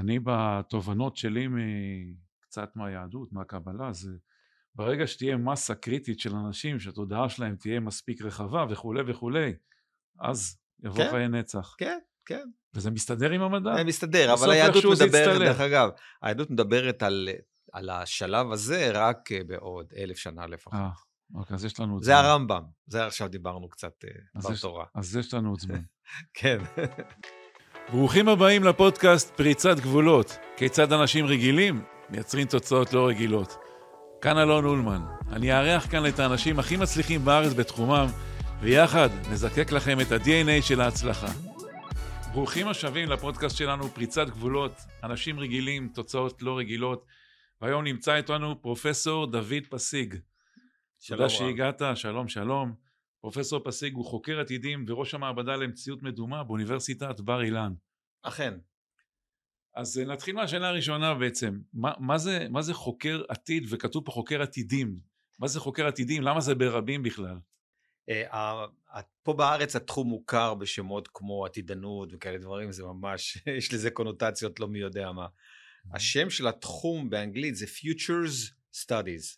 אני בתובנות שלי קצת מהיהדות, מהקבלה, זה ברגע שתהיה מסה קריטית של אנשים, שהתודעה שלהם תהיה מספיק רחבה וכו' וכו', אז יבוא כן, חיי נצח. כן, כן. וזה מסתדר עם המדע? זה מסתדר, אבל בסוף היהדות איכשהו זה מדברת, יצטלב. דרך אגב, היהדות מדברת על השלב הזה רק בעוד 1,000 שנה לפחות. אוקיי, אז יש לנו עוד זה זמן. הרמב"ם, זה עכשיו דיברנו קצת בתורה. אז יש לנו עוד זמן. כן. ברוכים הבאים לפודקאסט פריצת גבולות. כיצד אנשים רגילים מייצרים תוצאות לא רגילות. כאן אלון אולמן. אני אארח כאן את האנשים הכי מצליחים בארץ בתחומם, ויחד נזקק לכם את ה-DNA של ההצלחה. ברוכים השבים לפודקאסט שלנו פריצת גבולות, אנשים רגילים, תוצאות לא רגילות. והיום נמצא איתנו פרופסור דוד פסיג. תודה שהגעת, שלום שלום. פרופסור פסיג הוא חוקר עתידים וראש המעבדה למציאות מדומה באוניברסיטת בר אילן. אכן. אז נתחיל מהשאלה הראשונה בעצם. מה זה חוקר עתיד, וכתוב פה חוקר עתידים? מה זה חוקר עתידים? למה זה ברבים בכלל? פה בארץ התחום מוכר בשמות כמו עתידנות וכאלה דברים, זה ממש, יש לזה קונוטציות לא מי יודע מה. השם של התחום באנגלית זה Futures Studies,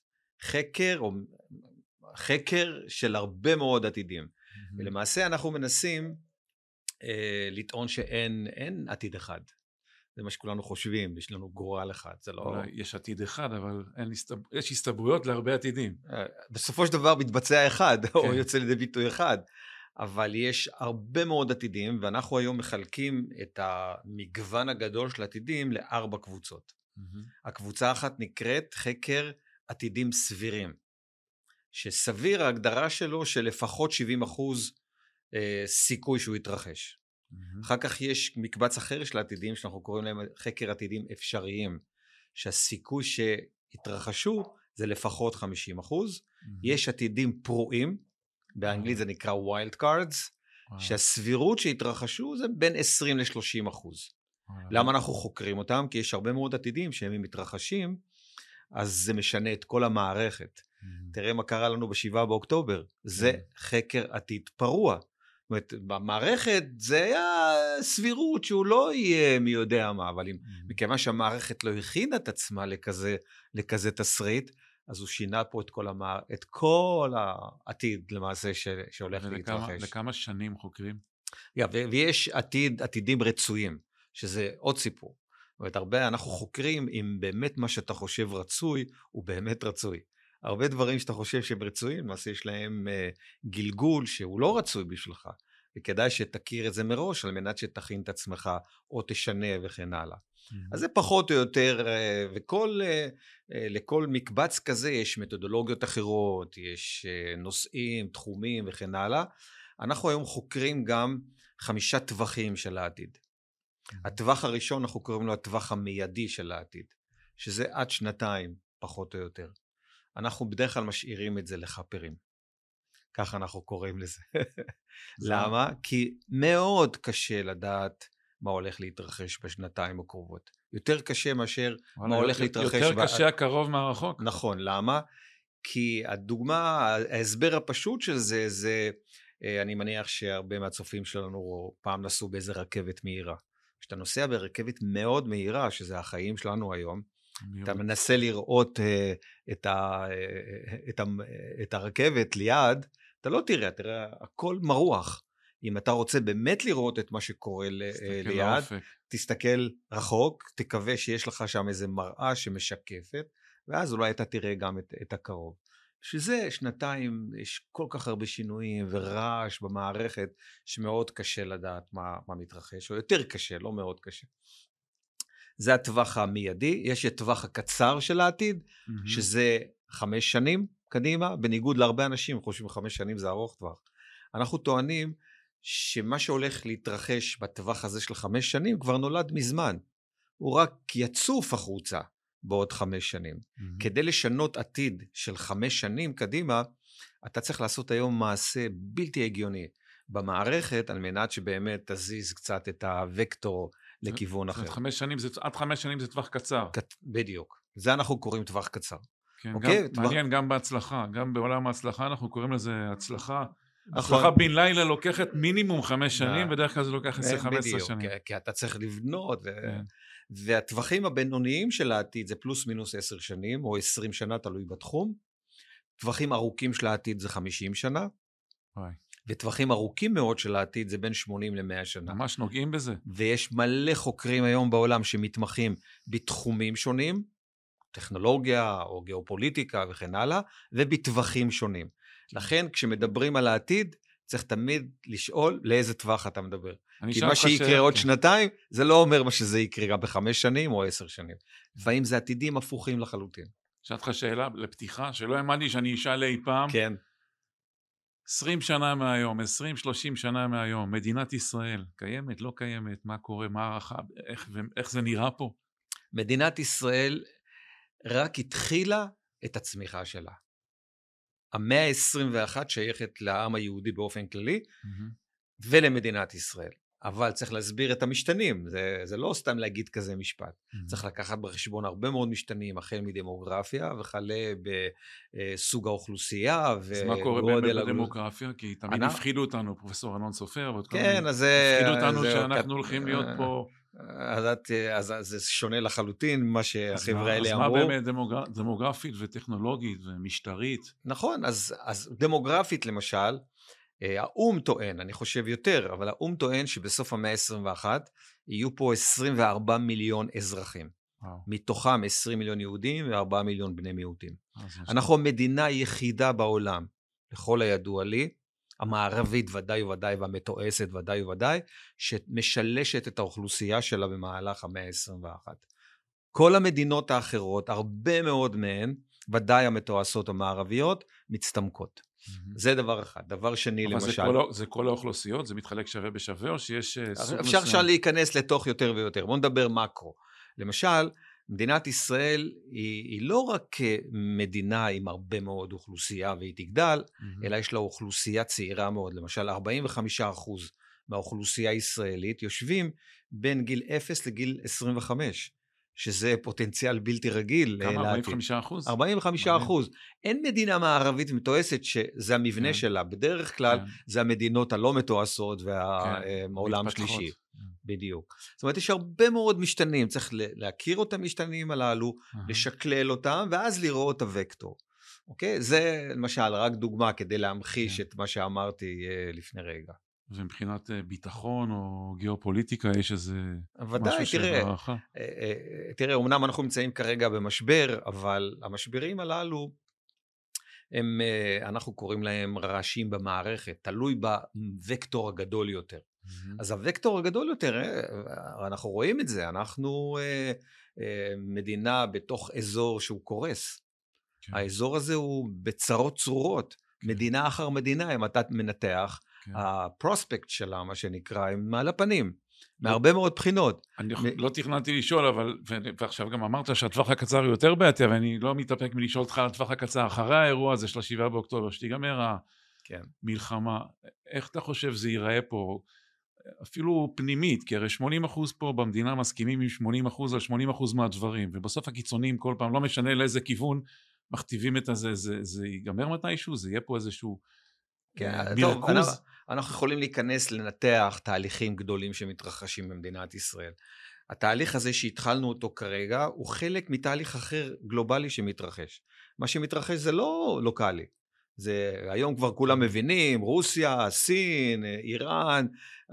חקר של הרבה מאוד עתידים. ולמעשה אנחנו מנסים לטעון שאין עתיד אחד. זה מה שכולנו חושבים, יש לנו גורל אחד, זה לא... יש עתיד אחד, אבל יש הסתברויות להרבה עתידים. בסופו של דבר מתבצע אחד, או יוצא לידי ביטוי אחד, אבל יש הרבה מאוד עתידים, ואנחנו היום מחלקים את המגוון הגדול של עתידים ל4 קבוצות. הקבוצה האחת נקראת חקר עתידים סבירים, שסביר ההגדרה שלו שלפחות 70% סיכוי שהוא יתרחש. אחר כך יש מקבץ אחר של עתידים שאנחנו קוראים להם חקר עתידים אפשריים, שהסיכוי שהתרחשו זה לפחות 50%. יש עתידים פרועים, באנגלית זה נקרא wild cards, שהסבירות שהתרחשו זה בין 20 ל-30%. למה אנחנו חוקרים אותם? כי יש הרבה מאוד עתידים שהם מתרחשים, אז זה משנה את כל המערכת. תראה מה קרה לנו ב7 באוקטובר, זה חקר עתיד פרוע. זאת אומרת, במערכת זה היה סבירות שהוא לא יהיה מי יודע מה, אבל מכיוון שהמערכת לא הכינה את עצמה לכזה תסריט, אז הוא שינה פה את כל העתיד למעשה שהולך להתרחש. לכמה שנים חוקרים? ויש עתידים רצויים, שזה עוד סיפור. זאת אומרת, הרבה אנחנו חוקרים אם באמת מה שאתה חושב רצוי, הוא באמת רצוי. הרבה דברים שאתה חושב שהם רצויים, למעשה יש להם גלגול שהוא לא רצוי בשבילך, וכדאי שתכיר את זה מראש, על מנת שתכין את עצמך, או תשנה וכן הלאה. אז זה פחות או יותר, לכל מקבץ כזה יש מתודולוגיות אחרות, יש נושאים, תחומים וכן הלאה. אנחנו היום חוקרים גם 5 טווחים של העתיד. הטווח הראשון אנחנו קוראים לו הטווח המיידי של העתיד, שזה עד 2 פחות או יותר. אנחנו בדרך כלל משאירים את זה לחפרים. ככה אנחנו קוראים לזה. למה? כי מאוד קשה לדעת מה הולך להתרחש בשנתיים הקרובות. יותר קשה מאשר מה הולך להתרחש... יותר קשה הקרוב מהרחוק. נכון, למה? כי הדוגמה, ההסבר הפשוט של זה, אני מניח שהרבה מהצופים שלנו פעם נסעו באיזה רכבת מהירה. כשאתה נוסע ברכבת מאוד מהירה, שזה החיים שלנו היום, אתה מנסה לראות את הרכבת ליד, אתה לא תראה הכל מרוח. אם אתה רוצה באמת לראות את מה שקורה ליד, תסתכל רחוק, תקווה שיש לך שם איזה מראה שמשקפת, ואז אולי אתה תראה גם את הקרוב. שזה 2 יש כל כך הרבה שינויים ורעש במערכת, שמאוד קשה לדעת מה מתרחש, או יותר קשה, לא מאוד קשה. זה הטווח המיידי. יש את טווח הקצר של העתיד, שזה 5 שנים קדימה, בניגוד להרבה אנשים חושבים 5 שנים זה ארוך טווח. אנחנו טוענים שמה שהולך להתרחש בטווח הזה של 5 שנים כבר נולד מזמן. הוא רק יצוף החוצה בעוד 5 שנים. כדי לשנות עתיד של 5 שנים קדימה, אתה צריך לעשות היום מעשה בלתי הגיוני במערכת, על מנת שבאמת תזיז קצת את הוקטור לכיוון אחר. עד 5 שנים זה טווח קצר. בדיוק. זה אנחנו קוראים טווח קצר. מעניין גם בהצלחה, גם בעולם ההצלחה אנחנו קוראים לזה הצלחה. הצלחה בן לילה לוקחת מינימום 5 שנים, בדרך כלל זה לוקח 10-15 שנים. כי אתה צריך לבנות, והטווחים הבינוניים של העתיד זה פלוס מינוס 10 שנים, או 20 שנה, תלוי בתחום. טווחים ארוכים של העתיד זה 50 שנה. וטווחים ארוכים מאוד של העתיד זה בין 80 ל-100 שנה. ממש נוגעים בזה. ויש מלא חוקרים היום בעולם שמתמחים בתחומים שונים, טכנולוגיה או גיאופוליטיקה וכן הלאה, ובטווחים שונים. לכן כשמדברים על העתיד, צריך תמיד לשאול לאיזה טווח אתה מדבר. כי מה שיקרה עוד שנתיים, זה לא אומר מה שזה יקרה גם ב5 שנים או 10 שנים. לפעמים זה עתידים הפוכים לחלוטין. שאלת לך שאלה לפתיחה, שלא האמנתי שאני אשאל אי פעם. כן. 20 שנה מהיום, 20-30 שנה מהיום, מדינת ישראל קיימת, לא קיימת, מה קורה, מה הערכה, איך זה נראה פה? מדינת ישראל רק התחילה את הצמיחה שלה. המאה ה-21 שייכת לעם היהודי באופן כללי, ולמדינת ישראל. אבל צריך להסביר את המשתנים, זה לא סתם להגיד כזה משפט. צריך לקחת בחשבון הרבה מאוד משתנים, החל מדמוגרפיה, וכלה בסוג האוכלוסייה. אז מה קורה באמת בדמוגרפיה? כי תמיד הפחידו אותנו, פרופסור אלון סופר, כן, אז הפחידו אותנו שאנחנו הולכים להיות פה. אז זה שונה לחלוטין מה שהחבר'ה האלה אמרו. אז מה באמת דמוגרפית וטכנולוגית ומשטרית? נכון, אז דמוגרפית למשל, האום טוען, אני חושב יותר, אבל האום טוען שבסוף המאה ה-21 יהיו פה 24 מיליון אזרחים. מתוכם 20 מיליון יהודים ו4 מיליון בני מיעוטים. אנחנו מדינה יחידה בעולם, לכל הידוע לי, המערבית ודאי וודאי והמתועסת ודאי וודאי, שמשלשת את האוכלוסייה שלה במהלך המאה ה-21. כל המדינות האחרות, הרבה מאוד מהן, ודאי המתועסות המערביות, מצטמקות. זה דבר אחד. דבר שני, למשל... אבל זה כל האוכלוסיות? זה מתחלק שווה בשווה, או שיש סוג מסוים? אפשר להיכנס לתוך יותר ויותר. בואו נדבר מקרו. למשל, מדינת ישראל היא לא רק מדינה עם הרבה מאוד אוכלוסייה והיא תגדל, אלא יש לה אוכלוסייה צעירה מאוד. למשל, 45% מהאוכלוסייה הישראלית יושבים בין גיל 0 לגיל 25. שזה פוטנציאל בלתי רגיל. כמה? 45%? 45%. אין מדינה מערבית מתועסת שזה המבנה שלה. בדרך כלל זה המדינות הלא מתועסות והעולם השלישי. בדיוק. זאת אומרת, יש הרבה מאוד משתנים. צריך להכיר אותם משתנים הללו, לשקלל אותם, ואז לראות את הוקטור. אוקיי? זה למשל רק דוגמה כדי להמחיש את מה שאמרתי לפני רגע. ומבחינת ביטחון או גיאופוליטיקה יש איזה ודאי, תראה, אמנם אנחנו נמצאים כרגע במשבר, אבל המשברים הללו, אנחנו קוראים להם רעשים במערכת, תלוי בווקטור הגדול יותר. אז הווקטור הגדול יותר, אנחנו רואים את זה, אנחנו מדינה בתוך אזור שהוא קורס. האזור הזה הוא בצרות צרורות, מדינה אחר מדינה, אם אתה מנתח, הפרוספקט שלה, מה שנקרא, הם מעל הפנים, מהרבה מאוד בחינות. אני לא תכננתי לשאול, אבל, ועכשיו גם אמרת שהטווח הקצר הוא יותר בעייתי, ואני לא מתאפק מלשאול אותך על הטווח הקצר, אחרי האירוע הזה של 7 באוקטובר, שתיגמר המלחמה, איך אתה חושב זה ייראה פה, אפילו פנימית, כי הרי 80% פה במדינה מסכימים עם 80% על 80% מהדברים, ובסוף הקיצונים כל פעם, לא משנה לאיזה כיוון, מכתיבים את הזה, זה ייגמר מתישהו, זה יהיה פה איזשהו מרכוז. אנחנו יכולים להיכנס לנתח תהליכים גדולים שמתרחשים במדינת ישראל. התהליך הזה שהתחלנו אותו כרגע, הוא חלק מתהליך אחר גלובלי שמתרחש. מה שמתרחש זה לא לוקלי. זה היום כבר כולם מבינים, רוסיה, סין, איראן,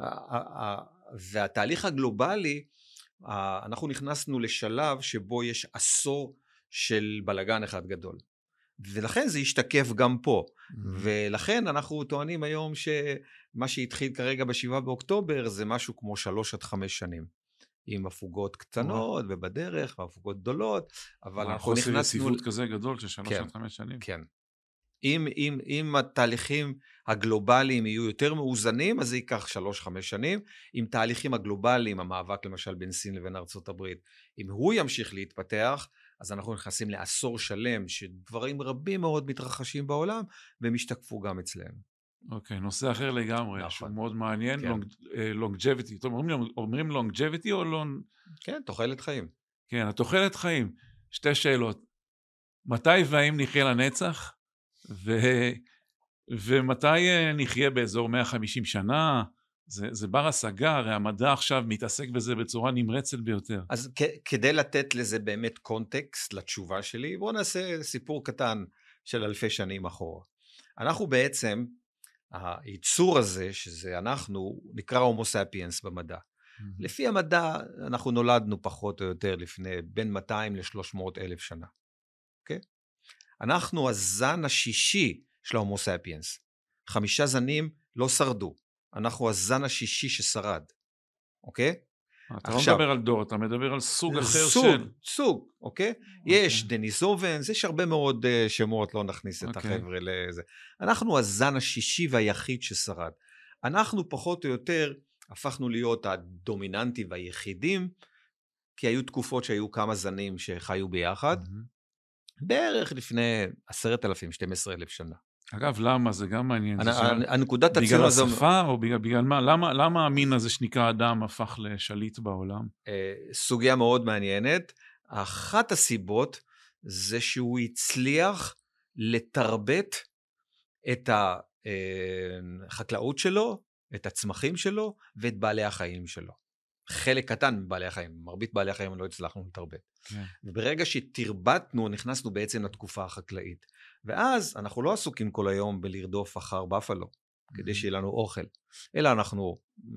והתהליך הגלובלי, אנחנו נכנסנו לשלב שבו יש עשור של בלגן אחד גדול. ולכן זה ישתקף גם פה. ולכן אנחנו טוענים היום שמה שהתחיל כרגע ב7 באוקטובר זה משהו כמו 3 עד 5 שנים. עם הפוגות קטנות ובדרך, והפוגות גדולות, אבל אנחנו נכנסנו... חוסר יציבות כזה גדול של 3 עד 5 שנים. כן. אם התהליכים הגלובליים יהיו יותר מאוזנים, אז זה ייקח 3-5 שנים. אם תהליכים הגלובליים, המאבק למשל בין סין לבין ארצות הברית, אם הוא ימשיך להתפתח, אז אנחנו נכנסים לעשור שלם, שדברים רבים מאוד מתרחשים בעולם, והם ישתקפו גם אצלנו. אוקיי, נושא אחר לגמרי, שהוא מאוד מעניין, longevity. אומרים longevity או long... כן, תוחלת חיים. כן, התוחלת חיים. 2 שאלות. מתי והאם נחיה לנצח? ומתי נחיה באזור 150 שנה? זה בר השגה, הרי המדע עכשיו מתעסק בזה בצורה נמרצת ביותר. אז כדי לתת לזה באמת קונטקסט לתשובה שלי, בואו נעשה סיפור קטן של אלפי שנים אחורה. אנחנו בעצם, היצור הזה, שזה אנחנו, נקרא הומו ספיאנס במדע. לפי המדע, אנחנו נולדנו פחות או יותר לפני בין 200 ל-300 אלף שנה. אוקיי? אנחנו הזן השישי של ההומו ספיאנס. 5 זנים לא שרדו. אנחנו הזן השישי ששרד. אוקיי? אתה עכשיו, לא מדבר על דור, אתה מדבר על סוג אחר של... סוג, אוקיי? יש דניסובנס, יש הרבה מאוד שמות, לא נכניס את החבר'ה לזה. אנחנו הזן השישי והיחיד ששרד. אנחנו פחות או יותר הפכנו להיות הדומיננטי והיחידים, כי היו תקופות שהיו כמה זנים שחיו ביחד, בערך לפני 10,000, 12,000 שנה. אגב, למה? זה גם מעניין. הנקודת בגלל השפה או בגלל מה? למה המין הזה שנקרא אדם הפך לשליט בעולם? סוגיה מאוד מעניינת. אחת הסיבות זה שהוא הצליח לתרבט את החקלאות שלו, את הצמחים שלו ואת בעלי החיים שלו. חלק קטן מבעלי החיים, מרבית בעלי החיים לא הצלחנו לתרבט. כן. וברגע שתרבטנו, נכנסנו בעצם לתקופה החקלאית. ואז אנחנו לא עסוקים כל היום בלרדוף אחר בפלו, כדי שיהיה לנו אוכל. אלא אנחנו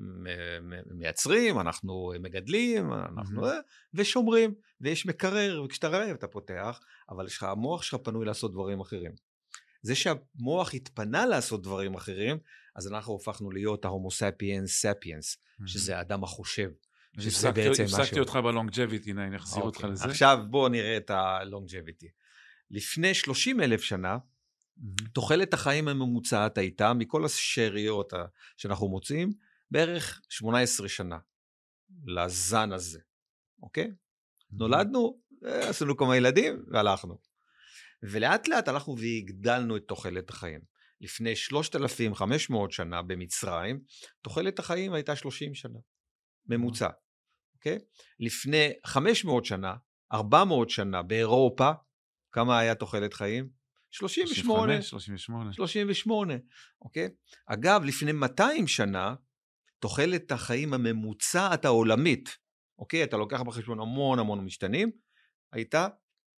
מייצרים, אנחנו מגדלים, ושומרים, ויש מקרר, וכשאתה רעב אתה פותח, אבל המוח שלך פנוי לעשות דברים אחרים. זה שהמוח התפנה לעשות דברים אחרים, אז אנחנו הפכנו להיות ההומו ספיאנס ספיאנס, שזה האדם החושב. שזה בעצם משהו. הפסקתי אותך בלונג'ביטי, נחזיר אותך לזה. עכשיו בואו נראה את הלונג'ביטי. לפני 30,000 שנה, תוחלת החיים הממוצעת הייתה, מכל השאריות שאנחנו מוצאים, בערך 18 שנה לזן הזה. אוקיי? נולדנו, עשינו כמה ילדים והלכנו. ולאט לאט הלכנו והגדלנו את תוחלת החיים. לפני 3,500 שנה במצרים, תוחלת החיים הייתה 30 שנה. ממוצע. אוקיי? לפני 500 שנה, 400 שנה באירופה, כמה היה תוחלת חיים? 38. 38. אוקיי? אגב, לפני 200 שנה, תוחלת החיים הממוצעת העולמית, אוקיי? אתה לוקח בחשבון המון משתנים, הייתה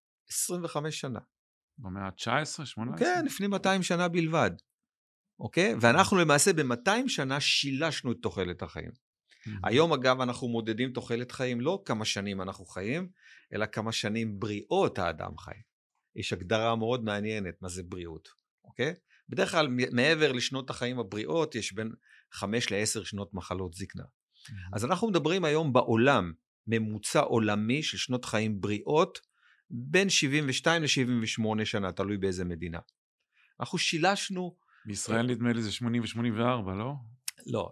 25 שנה. במאה ה-19, 18? כן, לפני 200 שנה בלבד. אוקיי? ואנחנו למעשה ב-200 שנה שילשנו את תוחלת החיים. היום אגב אנחנו מודדים תוחלת חיים לא כמה שנים אנחנו חיים, אלא כמה שנים בריאות האדם חי. יש הגדרה מאוד מעניינת מה זה בריאות, אוקיי? בדרך כלל מעבר לשנות החיים הבריאות יש בין 5 ל-10 שנות מחלות זקנה. אז אנחנו מדברים היום בעולם ממוצע עולמי של שנות חיים בריאות, בין 72 ל-78 שנה, תלוי באיזה מדינה. אנחנו שילשנו... בישראל נדמה לי זה 80 ו-84, לא? לא,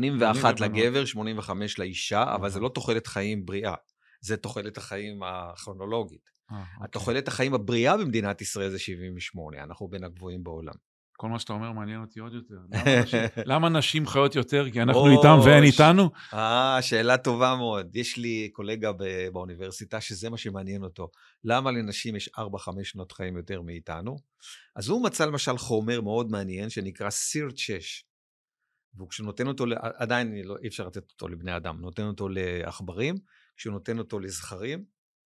81 לגבר, 85 לאישה, אבל זה לא תוחלת חיים בריאה, זה תוחלת החיים הכרונולוגית. התוחלת החיים הבריאה במדינת ישראל זה 78, אנחנו בין הגבוהים בעולם. כל מה שאתה אומר מעניין אותי עוד יותר. למה נשים חיות יותר? כי אנחנו איתם והן איתנו? שאלה טובה מאוד. יש לי קולגה באוניברסיטה שזה מה שמעניין אותו. למה לנשים יש 4-5 שנות חיים יותר מאיתנו? אז הוא מצא למשל חומר מאוד מעניין שנקרא סירט 6. וכשהוא נותן אותו, עדיין אי אפשר לתת אותו לבני אדם, נותן אותו לעכברים, כשהוא נותן אותו לזכרים,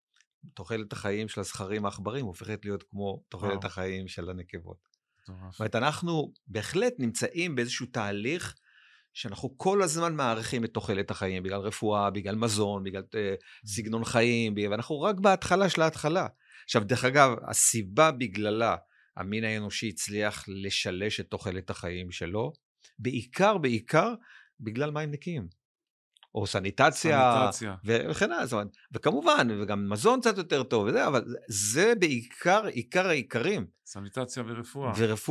תוחלת החיים של הזכרים העכברים הופכת להיות כמו תוחלת החיים של הנקבות. זאת אומרת, אנחנו בהחלט נמצאים באיזשהו תהליך, שאנחנו כל הזמן מעריכים את תוחלת החיים, בגלל רפואה, בגלל מזון, בגלל סגנון חיים, ואנחנו רק בהתחלה של ההתחלה. עכשיו, דרך אגב, הסיבה בגללה המין האנושי הצליח לשלש את תוחלת החיים שלו, בעיקר בגלל מים נקיים. או סניטציה. וכן הלאה. וכמובן, וגם מזון קצת יותר טוב, וזה, אבל זה עיקר העיקרים. סניטציה ורפואה.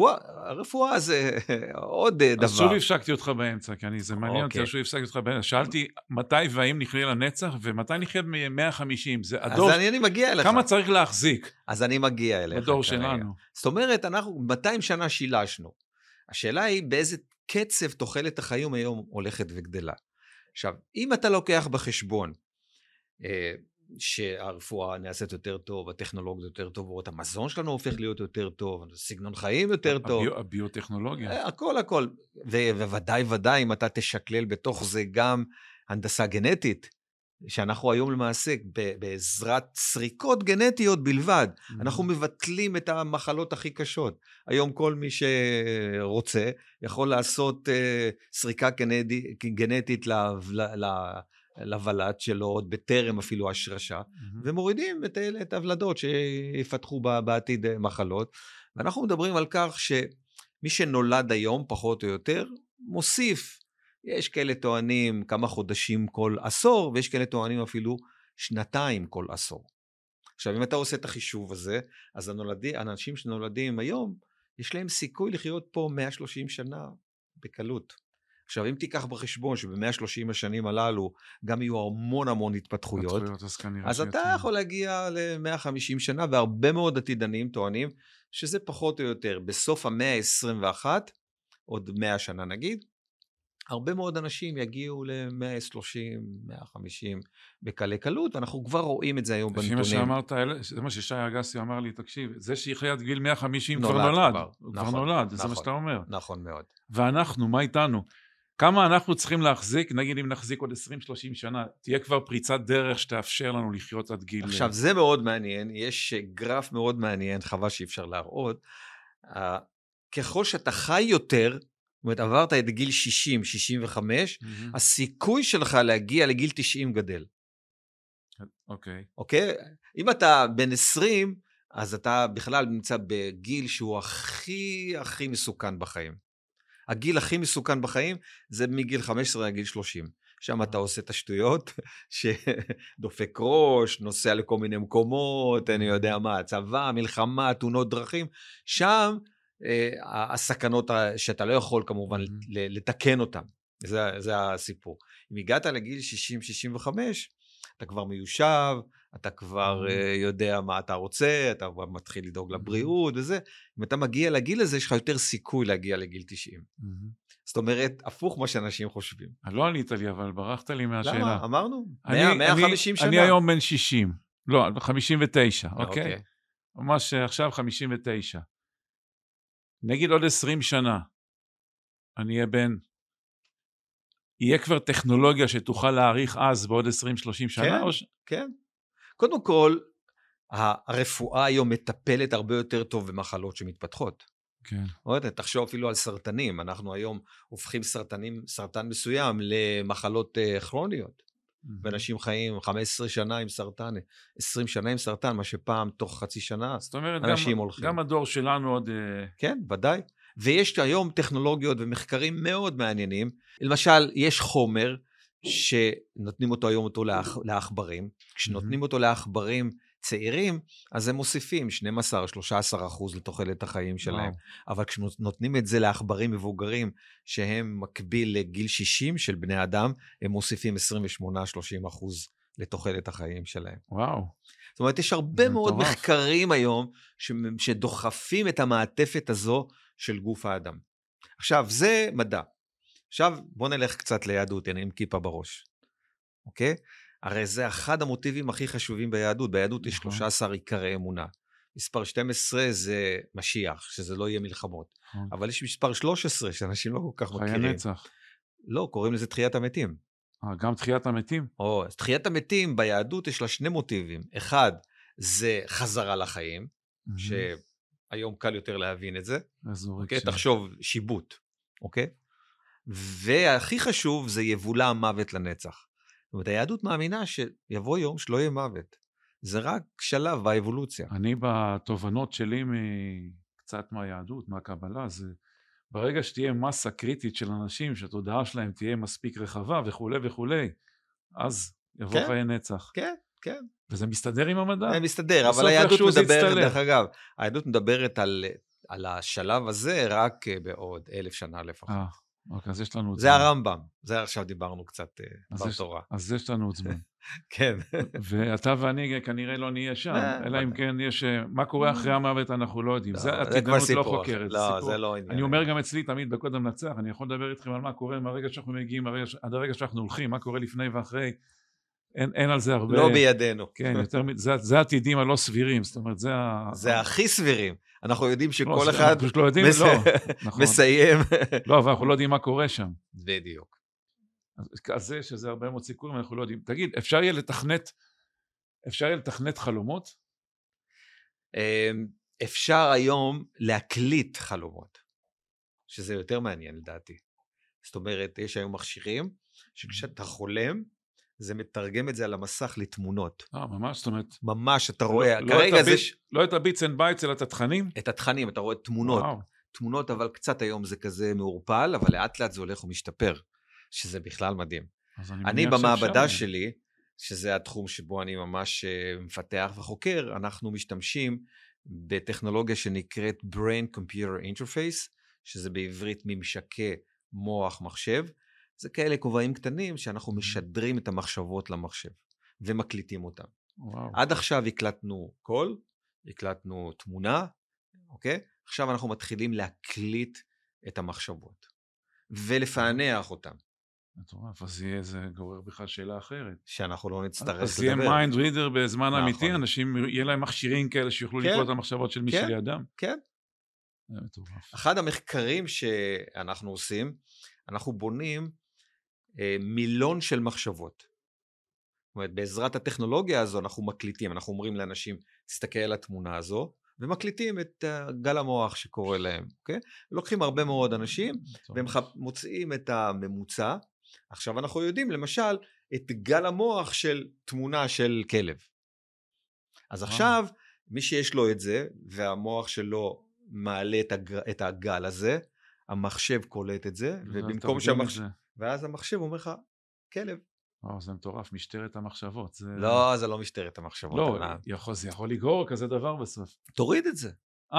הרפואה זה עוד דבר. אז שוב הפסקתי אותך באמצע, כי זה מעניין אותי, שוב הפסקתי אותך באמצע. שאלתי מתי והאם נחיה לנצח, ומתי נחיה ב-150. אז אני מגיע אליך. כמה צריך להחזיק? אז אני מגיע אליך. בדור שלנו. זאת אומרת, אנחנו 200 שנה שילשנו. השאלה היא באיזה קצב תוחלת החיים היום הולכת וגדלה. עכשיו, אם אתה לוקח בחשבון שהרפואה נעשית יותר טוב, הטכנולוגיות יותר טובות, המזון שלנו הופך להיות יותר טוב, סגנון חיים יותר טוב. הביוטכנולוגיה. הכל. וודאי, אם אתה תשקלל בתוך זה גם הנדסה גנטית, שאנחנו היום למעשה בעזרת סריקות גנטיות בלבד, אנחנו מבטלים את המחלות הכי קשות. היום כל מי שרוצה יכול לעשות סריקה גנטית לוולד שלו, עוד בטרם אפילו השרשה, ומורידים את הוולדות שיפתחו בעתיד מחלות. ואנחנו מדברים על כך שמי שנולד היום פחות או יותר מוסיף, יש כאלה טוענים כמה חודשים כל עשור, ויש כאלה טוענים אפילו שנתיים כל עשור. עכשיו, אם אתה עושה את החישוב הזה, אז האנשים שנולדים היום, יש להם סיכוי לחיות פה 130 שנה בקלות. עכשיו, אם תיקח בחשבון שב-130 השנים הללו, גם יהיו המון התפתחויות, אז אתה יכול להגיע ל-150 שנה, והרבה מאוד עתידנים טוענים, שזה פחות או יותר, בסוף המאה ה-21, עוד 100 שנה נגיד, הרבה מאוד אנשים יגיעו ל-130, 150 בקלי קלות, ואנחנו כבר רואים את זה היום בנתונים. לפי מה שאמרת, זה מה ששי אגסי אמר לי, תקשיב, זה שיחיה עד גיל 150 כבר נולד. הוא כבר נולד, זה מה שאתה אומר. נכון מאוד. ואנחנו, מה איתנו? כמה אנחנו צריכים להחזיק, נגיד אם נחזיק עוד 20-30 שנה, תהיה כבר פריצת דרך שתאפשר לנו לחיות עד גיל... עכשיו, זה מאוד מעניין, יש גרף מאוד מעניין, חבל שאי אפשר להראות, ככל שאתה חי יותר, זאת אומרת, עברת את גיל 60, 65, הסיכוי שלך להגיע לגיל 90 גדל. אוקיי? אם אתה בן 20, אז אתה בכלל נמצא בגיל שהוא הכי מסוכן בחיים. הגיל הכי מסוכן בחיים זה מגיל 15 לגיל 30. שם אתה עושה את השטויות, שדופק ראש, נוסע לכל מיני מקומות, אני יודע מה, צבא, מלחמה, תאונות דרכים, שם הסכנות שאתה לא יכול כמובן לתקן אותן. זה הסיפור. אם הגעת לגיל 60-65, אתה כבר מיושב, אתה כבר יודע מה אתה רוצה, אתה כבר מתחיל לדאוג לבריאות וזה. אם אתה מגיע לגיל הזה, יש לך יותר סיכוי להגיע לגיל 90. זאת אומרת, הפוך מה שאנשים חושבים. לא ענית לי, אבל ברחת לי מהשאלה. למה? אמרנו? 150 שנה. אני היום בן 60. לא, 59, אוקיי? ממש עכשיו 59. נגיד עוד 20 שנה, אני אהיה יהיה כבר טכנולוגיה שתוכל להאריך אז בעוד 20-30 שנה? כן. קודם כל, הרפואה היום מטפלת הרבה יותר טוב במחלות שמתפתחות. כן. תחשוב אפילו על סרטנים, אנחנו היום הופכים סרטן מסוים למחלות כרוניות, ואנשים חיים 15 שנה עם סרטן, 20 שנה עם סרטן, מה שפעם תוך חצי שנה, זאת אומרת, אנשים הולכים. גם הדור שלנו עוד... כן, ודאי. ויש היום טכנולוגיות ומחקרים מאוד מעניינים. למשל, יש חומר שנותנים אותו לעכברים. כשנותנים אותו לעכברים צעירים, אז הם מוסיפים 12-13% לתוחלת החיים שלהם. אבל כשנותנים את זה לעכברים מבוגרים, שהם מקביל לגיל 60 של בני אדם, הם מוסיפים 28-30% לתוחלת החיים שלהם. וואו. זאת אומרת, יש הרבה מאוד מחקרים היום שדוחפים את המעטפת הזו של גוף האדם. עכשיו, זה מדע. עכשיו, בוא נלך קצת ליהדות, אני עם כיפה בראש. אוקיי? הרי זה אחד המוטיבים הכי חשובים ביהדות. ביהדות יש 13 עיקרי אמונה. מספר 12 זה משיח, שזה לא יהיה מלחמות. אבל יש מספר 13 שאנשים לא כל כך מכירים. חיי נצח. לא, קוראים לזה תחיית המתים. גם תחיית המתים? אז תחיית המתים ביהדות יש לה שני מוטיבים. אחד, זה חזרה לחיים, שהיום קל יותר להבין את זה. אוקיי? תחשוב, שיבוט. אוקיי? והכי חשוב זה יבולה המוות לנצח. זאת אומרת, היהדות מאמינה שיבוא יום שלא יהיה מוות. זה רק שלב באבולוציה. אני בתובנות שלי קצת מהיהדות, מהקבלה, זה ברגע שתהיה מסה קריטית של אנשים, שהתודעה שלהם תהיה מספיק רחבה וכו' וכו', אז יבוא חיי נצח. כן, כן. וזה מסתדר עם המדע. זה מסתדר, אבל היהדות מדברת, דרך אגב, היהדות מדברת על השלב הזה רק בעוד 1000 שנה לפחות. אוקיי, אז יש לנו עוד זמן. זה הרמב"ם, זה עכשיו דיברנו קצת בתורה. אז יש לנו עוד זמן. כן. ואתה ואני כנראה לא נהיה שם, אלא אם כן יש, מה קורה אחרי המוות אנחנו לא יודעים. זה עתידנות לא חוקרת. לא, זה לא עניין. אני אומר גם אצלי תמיד בקודם לנצח, אני יכול לדבר איתכם על מה קורה מהרגע שאנחנו מגיעים, עד הרגע שאנחנו הולכים, מה קורה לפני ואחרי. אין על זה הרבה... לא בידינו. כן, זה העתידים הלא סבירים, זאת אומרת, זה הכי סבירים. אנחנו יודעים שכל אחד אנחנו פשוט לא יודעים, נכון. מסיים. לא, אבל אנחנו לא יודעים מה קורה שם. בדיוק. אז זה שזה הרבה מאוד סיכויים, אנחנו לא יודעים. תגיד, אפשר יהיה לתכנת חלומות? אפשר היום להקליט חלומות, שזה יותר מעניין לדעתי. זאת אומרת, יש היום מכשירים, שכשאתה חולם, זה מתרגם את זה על המסך לתמונות. ממש, זאת אומרת... ממש, אתה רואה, כרגע זה... לא את הביטס אנד בייטס, אלא את התכנים? את התכנים, אתה רואה תמונות. תמונות, אבל קצת היום זה כזה מעורפל, אבל לאט לאט זה הולך ומשתפר, שזה בכלל מדהים. אני במעבדה שלי, שזה התחום שבו אני ממש מפתח וחוקר, אנחנו משתמשים בטכנולוגיה שנקראת Brain Computer Interface, שזה בעברית ממשקי מוח מחשב, זה כאלה כובעים קטנים שאנחנו משדרים את המחשבות למחשב, ומקליטים אותם. וואו. עד עכשיו הקלטנו קול, הקלטנו תמונה, אוקיי? עכשיו אנחנו מתחילים להקליט את המחשבות, ולפענח אותם. מטורף, אז זה גורר בכלל שאלה אחרת. שאנחנו לא נצטרך לדבר. אז יהיה מיינד רידר בזמן אמיתי, אנשים, יהיה להם מכשירים כאלה שיוכלו לקרוא את המחשבות של מי שלידם. כן. זה מטורף. אחד המחקרים שאנחנו עושים, אנחנו בונים מילון של מחשבות. זאת אומרת, בעזרת הטכנולוגיה הזו אנחנו מקליטים, אנחנו אומרים לאנשים, תסתכל על התמונה הזו, ומקליטים את גל המוח שקורה להם, אוקיי? לוקחים הרבה מאוד אנשים, והם מוצאים את הממוצע. עכשיו אנחנו יודעים, למשל, את גל המוח של תמונה של כלב. אז עכשיו, מי שיש לו את זה, והמוח שלו מעלה את הגל הזה, המחשב קולט את זה, ובמקום שהמחשב... ואז המחשב אומר לך, כלב. זה מטורף, משטרת המחשבות. לא, זה לא משטרת המחשבות. לא, זה יכול לגרור כזה דבר בסוף. תוריד את זה.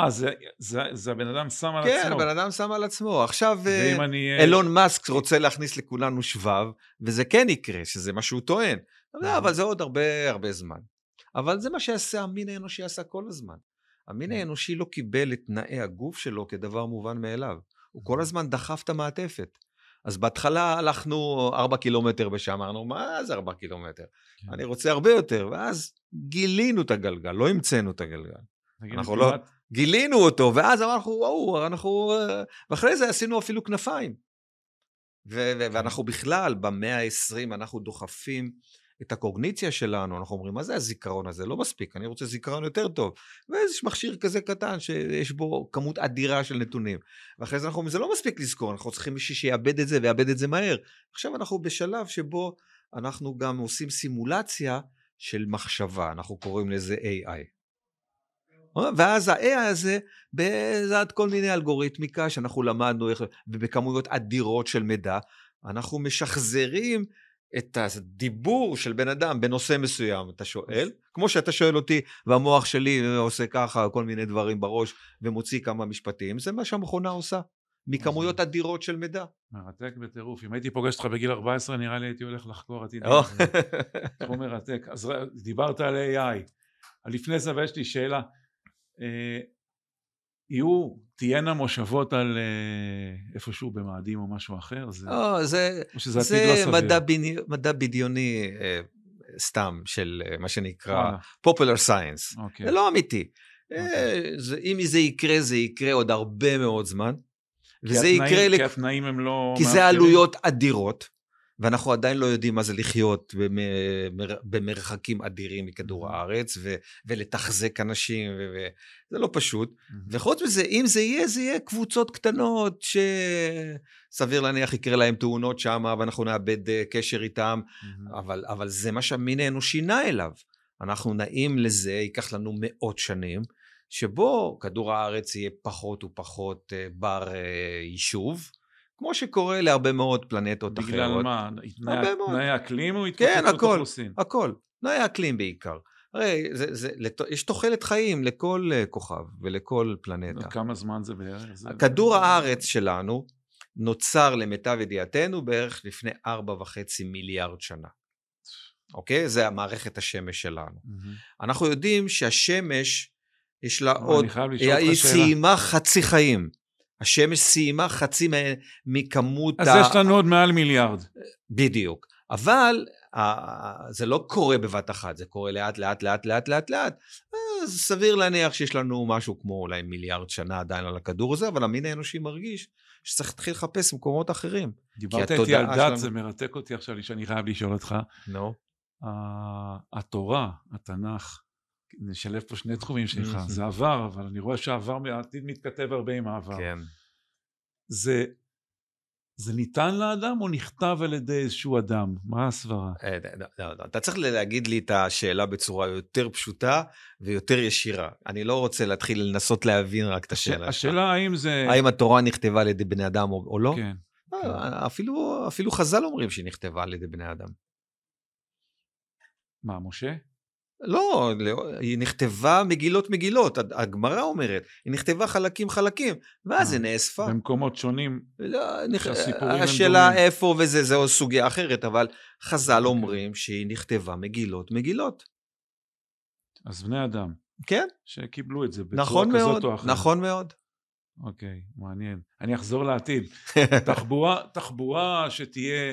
זה הבן אדם שם על עצמו. כן, הבן אדם שם על עצמו. עכשיו אילון מאסק רוצה להכניס לכולנו שבב, וזה כן יקרה, שזה מה שהוא טוען. אבל זה עוד הרבה זמן. אבל זה מה שעשה המין האנושי עשה כל הזמן. המין האנושי לא קיבל את תנאי הגוף שלו כדבר מובן מאליו. הוא כל הזמן דחף את המעטפת. אז בהתחלה הלכנו 4 קילומטר בשעה, אמרנו, מה זה 4 קילומטר? אני רוצה הרבה יותר, ואז גילינו את הגלגל, לא המצאנו את הגלגל. אנחנו לא, גילינו אותו, ואז אמרנו, וואו, ואחרי זה עשינו אפילו כנפיים. ואנחנו בכלל, במאה ה-20, אנחנו דוחפים את הקוגניציה שלנו, אנחנו אומרים, מה זה הזיכרון הזה? לא מספיק, אני רוצה זיכרון יותר טוב. ויש מכשיר כזה קטן, שיש בו כמות אדירה של נתונים. ואחרי זה אנחנו אומרים, זה לא מספיק לזכור, אנחנו צריכים מישהו שיאבד את זה, ויאבד את זה מהר. עכשיו אנחנו בשלב שבו אנחנו גם עושים סימולציה של מחשבה, אנחנו קוראים לזה AI. ואז ה-AI הזה, בעזרת כל מיני אלגוריתמיקה, שאנחנו למדנו, ובכמויות אדירות של מידע, אנחנו משחזרים את הדיבור של בן אדם בנושא מסוים, אתה שואל, כמו שאתה שואל אותי, והמוח שלי עושה ככה, כל מיני דברים בראש, ומוציא כמה משפטים, זה מה שהמכונה עושה, מכמויות אדירות של מידע. מרתק בטירוף, אם הייתי פוגש אותך בגיל 14, נראה לי הייתי הולך לחקור עתידים. תחום מרתק, אז דיברת על AI, לפני זה ויש לי שאלה, תהיינה מושבות על איפשהו במאדים או משהו אחר? זה מדע בדיוני סתם של מה שנקרא Popular Science. זה לא אמיתי. אם זה יקרה, זה יקרה עוד הרבה מאוד זמן. כי התנאים הם לא... כי זה עלויות אדירות. ואנחנו עדיין לא יודעים מה זה לחיות במרחקים אדירים מכדור הארץ, ולתחזק אנשים, זה לא פשוט. וחוץ מזה, אם זה יהיה קבוצות קטנות, שסביר להניח יקרה להם תאונות שם, ואנחנו נאבד קשר איתם, אבל זה מה שהמין האנושי נע אליו. אנחנו נעים לזה, ייקח לנו מאות שנים, שבו כדור הארץ יהיה פחות ופחות בר יישוב, כמו שקורה להרבה מאוד פלנטות אחרות. בגלל מה? תנאי האקלים או התפוצצות אוכלוסין? כן, הכל. תנאי האקלים בעיקר. הרי יש תוחלת חיים לכל כוכב ולכל פלנטה. כמה זמן זה בערך? כדור הארץ שלנו נוצר למיטב ידיעתנו בערך לפני 4.5 מיליארד שנה. אוקיי? זה המערכת השמש שלנו. אנחנו יודעים שהשמש יש לה עוד, היא סיימה חצי חיים. השמש סיימה חצי מכמות... אז יש לנו עוד מעל מיליארד. בדיוק. אבל זה לא קורה בבת אחת, זה קורה לאט, לאט, לאט, לאט, לאט, לאט. אז סביר להניח שיש לנו משהו כמו אולי מיליארד שנה עדיין על הכדור הזה, אבל המין האנושי מרגיש שצריך להתחיל לחפש מקומות אחרים. דיברת איתי על דת, זה מרתק אותי עכשיו, שאני חייב לשאול אותך. נו. התורה, התנ"ך, נשלב פה שני תחומים שלך, זה עבר, אבל אני רואה שהעבר העתיד מתכתב הרבה עם העבר. כן. זה ניתן לאדם או נכתב על ידי איזשהו אדם? מה הסברה? אתה צריך להגיד לי את השאלה בצורה יותר פשוטה ויותר ישירה. אני לא רוצה להתחיל לנסות להבין רק את השאלה. השאלה האם זה... האם התורה נכתבה על ידי בני אדם או לא? כן. אפילו חז"ל אומרים שהיא נכתבה על ידי בני אדם. מה, משה? לא, היא נכתבה מגילות, הגמרא אומרת, היא נכתבה חלקים, ואז זה נאספה. במקומות שונים, שהסיפורים הם השאלה דומים. איפה וזה, זו סוגיה אחרת, אבל חז"ל אומרים שהיא נכתבה מגילות. אז בני אדם. כן. שקיבלו את זה בצורה כזאת או אחרת. נכון מאוד. אוקיי, מעניין. אני אחזור לעתיד. תחבורה שתהיה...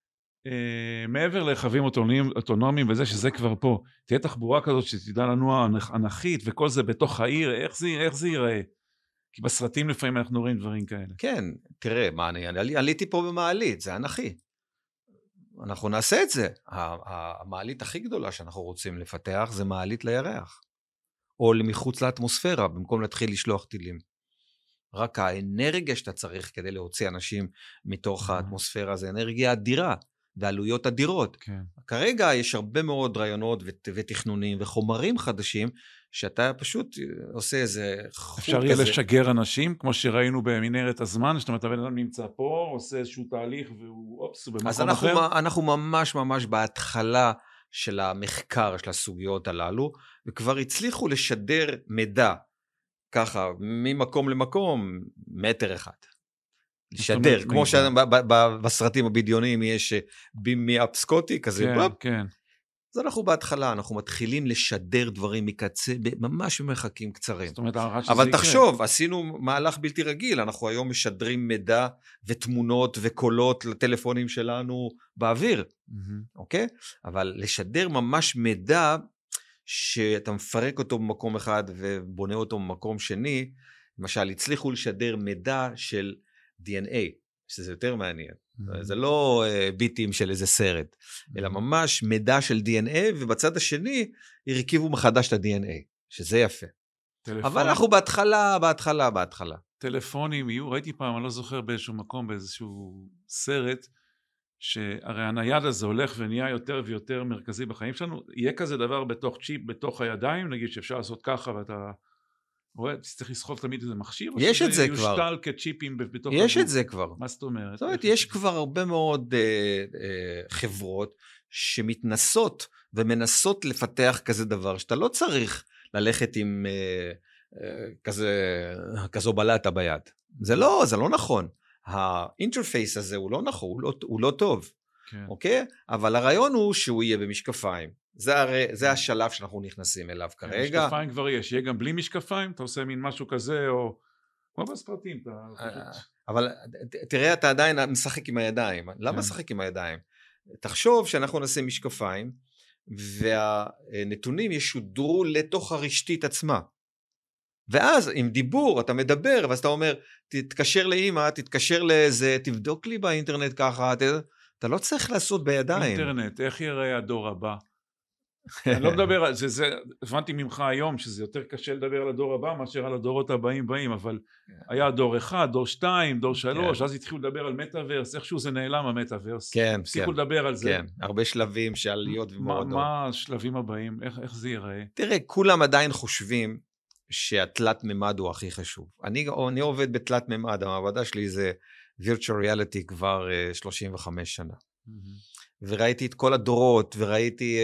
מעבר לרכבים אוטונומיים וזה שזה כבר פה, תהיה תחבורה כזאת שתדע לנוע אנכית וכל זה בתוך העיר, איך זה ייראה? כי בסרטים לפעמים אנחנו רואים דברים כאלה. כן, תראה, אני עליתי פה במעלית, זה אנכי. אנחנו נעשה את זה. המעלית הכי גדולה שאנחנו רוצים לפתח זה מעלית לירח. או מחוץ לאטמוספירה, במקום להתחיל לשלוח טילים. רק האנרגיה שאתה צריך כדי להוציא אנשים מתוך האטמוספירה, זה אנרגיה אדירה. ועלויות אדירות. כן. כרגע יש הרבה מאוד רעיונות ותכנונים וחומרים חדשים, שאתה פשוט עושה איזה חוט כזה. אפשר יהיה לשגר אנשים, כמו שראינו במנהרת הזמן, זאת אומרת, הבן אדם נמצא פה, עושה איזשהו תהליך, והוא אופס, הוא במקום אחר. אז אנחנו ממש בהתחלה של המחקר של הסוגיות הללו, וכבר הצליחו לשדר מידע, ככה, ממקום למקום, מטר אחד. לשדר, כמו שבסרטים הבדיוניים יש בימי אפסקוטי, כזה בופ. כן. אז אנחנו בהתחלה, אנחנו מתחילים לשדר דברים מקצה, ממש במרחקים קצרים. זאת אומרת, אבל תחשוב, עשינו מהלך בלתי רגיל, אנחנו היום משדרים מידע ותמונות וקולות לטלפונים שלנו באוויר, אוקיי? אבל לשדר ממש מידע, שאתה מפרק אותו במקום אחד ובונה אותו במקום שני, למשל, הצליחו לשדר מידע של DNA, שזה יותר מעניין. זה לא ביטים של איזה סרט, אלא ממש מידע של DNA, ובצד השני הרכיבו מחדש את ה-DNA, שזה יפה. אבל אנחנו בהתחלה. טלפונים יהיו, ראיתי פעם, אני לא זוכר באיזשהו מקום, באיזשהו סרט, שהרי הנייד הזה הולך ונהיה יותר ויותר מרכזי בחיים שלנו, יהיה כזה דבר בתוך צ'יפ, בתוך הידיים, נגיד שאפשר לעשות ככה, ואתה... רואה, צריך לסחוב תמיד איזה מכשיר? יש את זה כבר. יושתל כצ'יפים בתוך... יש את זה כבר. מה זאת אומרת? זאת אומרת, יש כבר הרבה מאוד חברות שמתנסות ומנסות לפתח כזה דבר, שאתה לא צריך ללכת עם כזו בלטה ביד. זה לא נכון. האינטרפייס הזה הוא לא נכון, הוא לא טוב. אוקיי? אבל הרעיון הוא שהוא יהיה במשקפיים. זה השלב שאנחנו נכנסים אליו כרגע. משקפיים כבר יש, יהיה גם בלי משקפיים, אתה עושה מין משהו כזה, או כמו בספרטים. אבל תראה, אתה עדיין משחק עם הידיים. למה משחק עם הידיים? תחשוב שאנחנו נעשה משקפיים, והנתונים ישודרו לתוך הרשתית עצמה. ואז עם דיבור אתה מדבר, ואז אתה אומר, תתקשר לאמא, תתקשר לזה, תבדוק לי באינטרנט ככה, אתה לא צריך לעשות בידיים. אינטרנט, איך יראה הדור הבא? אני לא מדבר על זה, הבנתי ממך היום שזה יותר קשה לדבר על הדור הבא מאשר על הדורות הבאים, אבל היה דור 1, דור 2, דור 3, אז התחילו לדבר על מטאברס, איכשהו זה נעלם המטאברס. כן. הפסיקו לדבר על זה. כן, הרבה שלבים של עליות ומורדות. מה השלבים הבאים? איך זה ייראה? תראה, כולם עדיין חושבים שהתלת ממד הוא הכי חשוב. אני עובד בתלת ממד, המעבדה שלי זה virtual reality כבר 35 שנה. וראיתי את כל הדורות, וראיתי,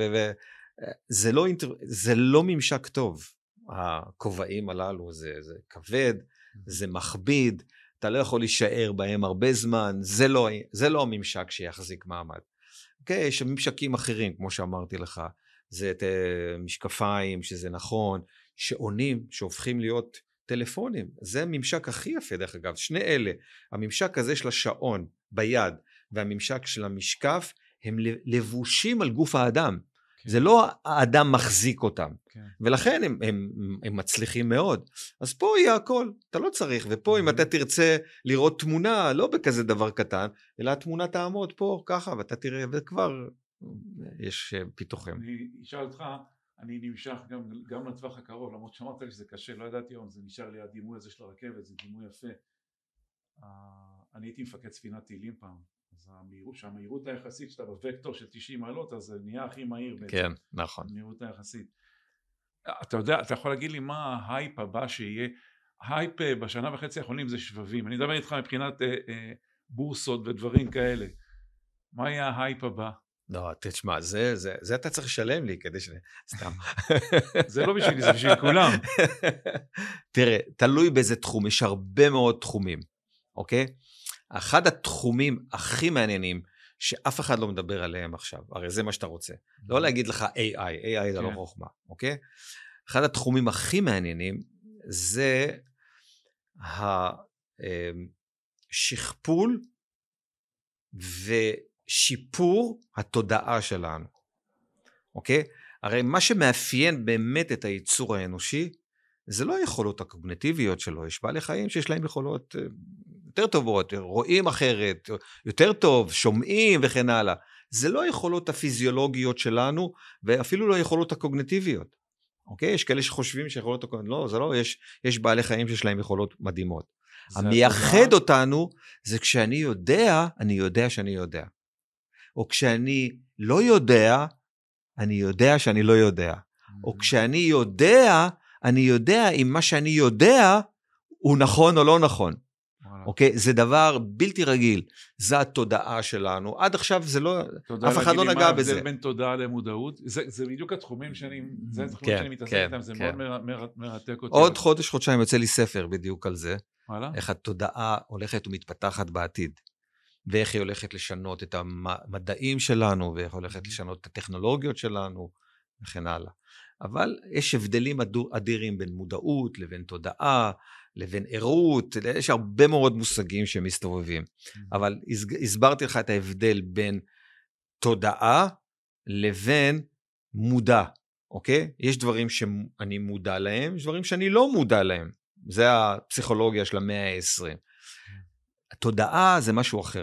זה לא ממשק טוב. הכובעים הללו, זה כבד, זה מכביד, אתה לא יכול להישאר בהם הרבה זמן, זה לא הממשק שיחזיק מעמד. אוקיי, יש ממשקים אחרים, כמו שאמרתי לך, זה משקפיים, שזה נכון, שעונים, שהופכים להיות טלפונים, זה הממשק הכי יפה דרך אגב, שני אלה, הממשק הזה של השעון ביד, והממשק של המשקף, הם לבושים על גוף האדם. זה לא האדם מחזיק אותם. ולכן הם מצליחים מאוד. אז פה יהיה הכל, אתה לא צריך. ופה אם אתה תרצה לראות תמונה, לא בכזה דבר קטן, אלא התמונה תעמוד פה ככה, ואתה תראה, וכבר יש פיתוחים. אני אשאל אותך, אני נמשך גם לטווח הקרוב, למרות שאמרת לי שזה קשה, לא ידעתי היום, זה נשאר לי הדימוי הזה של הרכבת, זה דימוי יפה. אני הייתי מפקד ספינת טילים פעם, אז המהירות היחסית שאתה בווקטור של 90 מעלות, אז זה נהיה הכי מהיר בעצם. כן, נכון. המהירות היחסית. אתה יודע, אתה יכול להגיד לי מה ההייפ הבא שיהיה? ההייפ בשנה וחצי האחרונים זה שבבים. אני מדבר איתך מבחינת בורסות ודברים כאלה. מה יהיה ההייפ הבא? לא, תשמע, זה אתה צריך לשלם לי כדי סתם. זה לא בשבילי, זה בשביל כולם. תראה, תלוי באיזה תחום, יש הרבה מאוד תחומים, אוקיי? אחד התחומים הכי מעניינים, שאף אחד לא מדבר עליהם עכשיו, הרי זה מה שאתה רוצה. לא להגיד לך AI זה לא חוכמה, אוקיי? אחד התחומים הכי מעניינים, זה השכפול ושיפור התודעה שלנו, אוקיי? הרי מה שמאפיין באמת את היצור האנושי, זה לא היכולות הקוגניטיביות שלו, יש בעלי חיים שיש להם יכולות יותר טובות, רואים אחרת, יותר טוב, שומעים וכן הלאה. זה לא היכולות הפיזיולוגיות שלנו, ואפילו לא היכולות הקוגניטיביות. אוקיי? יש כאלה שחושבים שיכולות הקוגניטיביות, לא, זה לא, יש בעלי חיים שיש להם יכולות מדהימות. המייחד אותנו, זה כשאני יודע, אני יודע שאני יודע. או כשאני לא יודע, אני יודע שאני לא יודע. או כשאני יודע, אני יודע אם מה שאני יודע, הוא נכון או לא נכון. אוקיי? זה דבר בלתי רגיל. זה התודעה שלנו. עד עכשיו זה לא, אף אחד לא נגע בזה. זה בין תודעה למודעות. זה בדיוק התחומים שאני מתעסק איתם, זה מאוד מרתק אותי. עוד חודש, חודשיים יוצא לי ספר בדיוק על זה. איך התודעה הולכת ומתפתחת בעתיד. ואיך היא הולכת לשנות את המדעים שלנו, ואיך הולכת לשנות את הטכנולוגיות שלנו, וכן הלאה. אבל יש הבדלים אדירים בין מודעות לבין תודעה, לבין עירות, יש הרבה מאוד מושגים שמסתובבים. אבל הסברתי לך את ההבדל בין תודעה לבין מודע, אוקיי? יש דברים שאני מודע להם, יש דברים שאני לא מודע להם. זה הפסיכולוגיה של המאה ה-20. התודעה זה משהו אחר.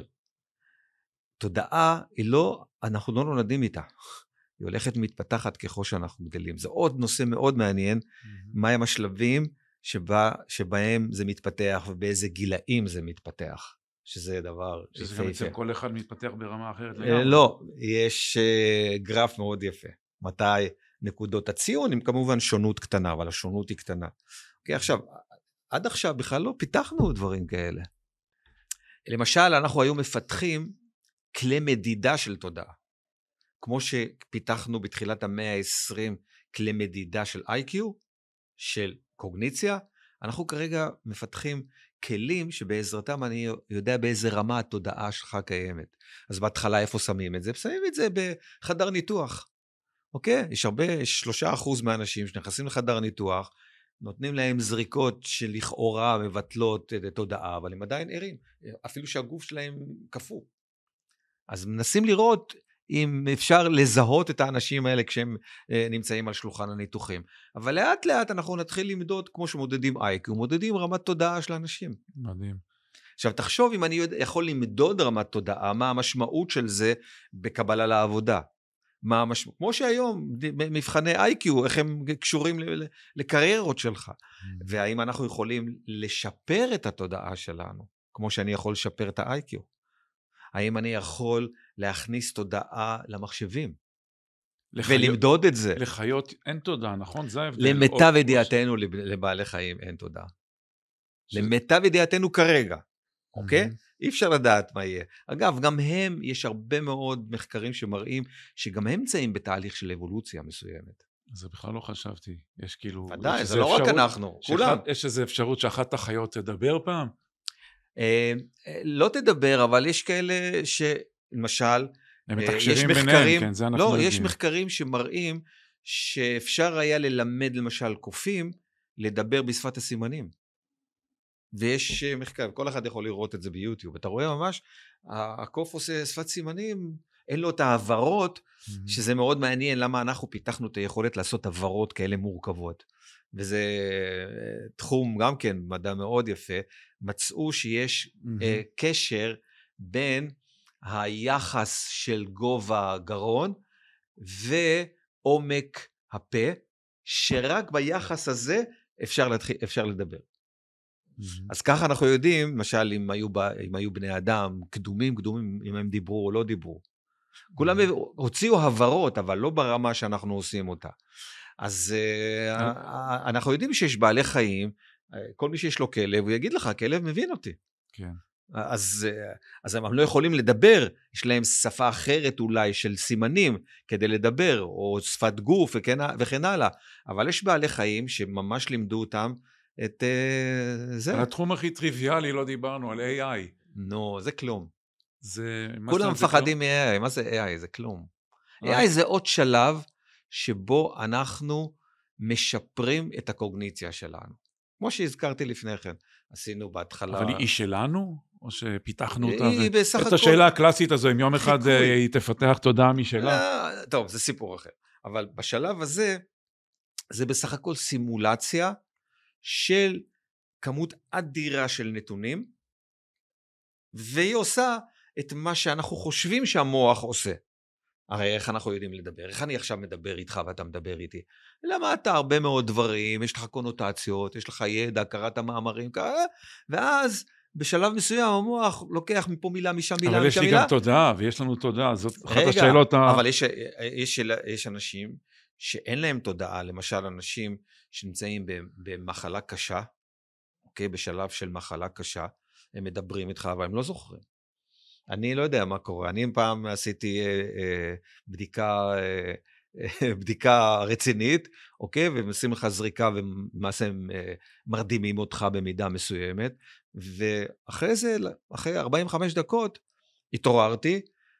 תודעה היא לא, אנחנו לא נולדים איתה. היא הולכת מתפתחת ככל שאנחנו גדלים. זה עוד נושא מאוד מעניין, מהם השלבים שבהם זה מתפתח, ובאיזה גילאים זה מתפתח, שזה דבר יפה. שזה גם אצל כל אחד מתפתח ברמה אחרת. לא, יש גרף מאוד יפה. מתי נקודות הציון, עם כמובן שונות קטנה, אבל השונות היא קטנה. אוקיי, עכשיו, עד עכשיו בכלל לא פיתחנו דברים כאלה. למשל, אנחנו היום מפתחים כלי מדידה של תודעה. כמו שפיתחנו בתחילת המאה ה-20 כלי מדידה של IQ, של קוגניציה, אנחנו כרגע מפתחים כלים שבעזרתם אני יודע באיזה רמה התודעה שלך קיימת. אז בהתחלה איפה שמים את זה? שמים את זה בחדר ניתוח. אוקיי? יש 3% מהאנשים שנכנסים לחדר ניתוח, נותנים להם זריקות שלכאורה מבטלות את התודעה, אבל הם עדיין ערים, אפילו שהגוף שלהם קפוא. אז מנסים לראות אם אפשר לזהות את האנשים האלה כשהם נמצאים על שולחן הניתוחים. אבל לאט לאט אנחנו נתחיל למדוד, כמו שמודדים IQ, מודדים רמת תודעה של אנשים. מדהים. עכשיו תחשוב אם אני יכול למדוד רמת תודעה, מה המשמעות של זה בקבלה לעבודה. כמו שהיום מבחני IQ, איך הם קשורים לקריירות שלך. והאם אנחנו יכולים לשפר את התודעה שלנו, כמו שאני יכול לשפר את ה-IQ. האם אני יכול להכניס תודעה למחשבים, ולמדוד את זה. לחיות אין תודעה, נכון? זה ההבדל. למיטב ידיעתנו לבעלי חיים אין תודעה. למיטב ידיעתנו כרגע, אוקיי? אי אפשר לדעת מה יהיה. אגב, גם הם, יש הרבה מאוד מחקרים שמראים, שגם הם נמצאים בתהליך של אבולוציה מסוימת. זה בכלל לא חשבתי. יש כאילו... ודאי, זה לא רק אנחנו, כולם. יש איזו אפשרות שאחת החיות תדבר פעם? לא תדבר, אבל יש כאלה למשל, הם מתקשרים ביניהם, כן, זה אנחנו יודעים. לא, יש מחקרים שמראים שאפשר היה ללמד למשל קופים לדבר בשפת הסימנים. ויש מחקר, כל אחד יכול לראות את זה ביוטיוב. אתה רואה ממש, הקוף עושה שפת סימנים אין לו את העברות, שזה מאוד מעניין למה אנחנו פיתחנו את היכולת לעשות עברות כאלה מורכבות. וזה תחום גם כן, מדע מאוד יפה, מצאו שיש קשר בין היחס של גובה הגרון ועומק הפה, שרק ביחס הזה אפשר לדבר. אז ככה אנחנו יודעים, למשל, אם היו בני אדם קדומים, אם הם דיברו או לא דיברו. כולם הוציאו הברות, אבל לא ברמה שאנחנו עושים אותה. אז אנחנו יודעים שיש בעלי חיים, כל מי שיש לו כלב, הוא יגיד לך, הכלב מבין אותי. כן. אז הם לא יכולים לדבר, יש להם שפה אחרת אולי של סימנים כדי לדבר, או שפת גוף וכן הלאה. אבל יש בעלי חיים שממש לימדו אותם את זה. על התחום הכי טריוויאלי לא דיברנו, על AI. נו, זה כלום. כולם כולם מפחדים מ-AI, מה זה AI? זה כלום. AI זה עוד שלב שבו אנחנו משפרים את הקוגניציה שלנו. כמו שהזכרתי לפני כן, עשינו בהתחלה... אבל היא שלנו? או שפיתחנו אותה? היא בסך הכל... את השאלה הקלאסית הזו, אם יום אחד היא תפתח תודעה משלה? טוב, זה סיפור אחר. אבל בשלב הזה, זה בסך הכל סימולציה של כמות אדירה של נתונים, והיא עושה את מה שאנחנו חושבים שהמוח עושה. הרי איך אנחנו יודעים לדבר? איך אני עכשיו מדבר איתך ואתה מדבר איתי? למדת הרבה מאוד דברים, יש לך קונוטציות, יש לך ידע, קראת מאמרים, ואז בשלב מסוים המוח לוקח מפה מילה, משם מילה, אבל יש לי גם תודעה, ויש לנו תודעה, זאת אחת השאלות אבל יש אנשים שאין להם תודעה, למשל אנשים שנמצאים במחלה קשה, אוקיי, בשלב של מחלה קשה, הם מדברים איתך, אבל הם לא זוכרים. אני לא יודע מה קורה, אני פעם עשיתי בדיקה רצינית, אוקיי, והם עושים לך זריקה, ומעשה הם מרדימים אותך במידה מסוימת, ואחרי זה, אחרי 45 דקות, התעוררתי,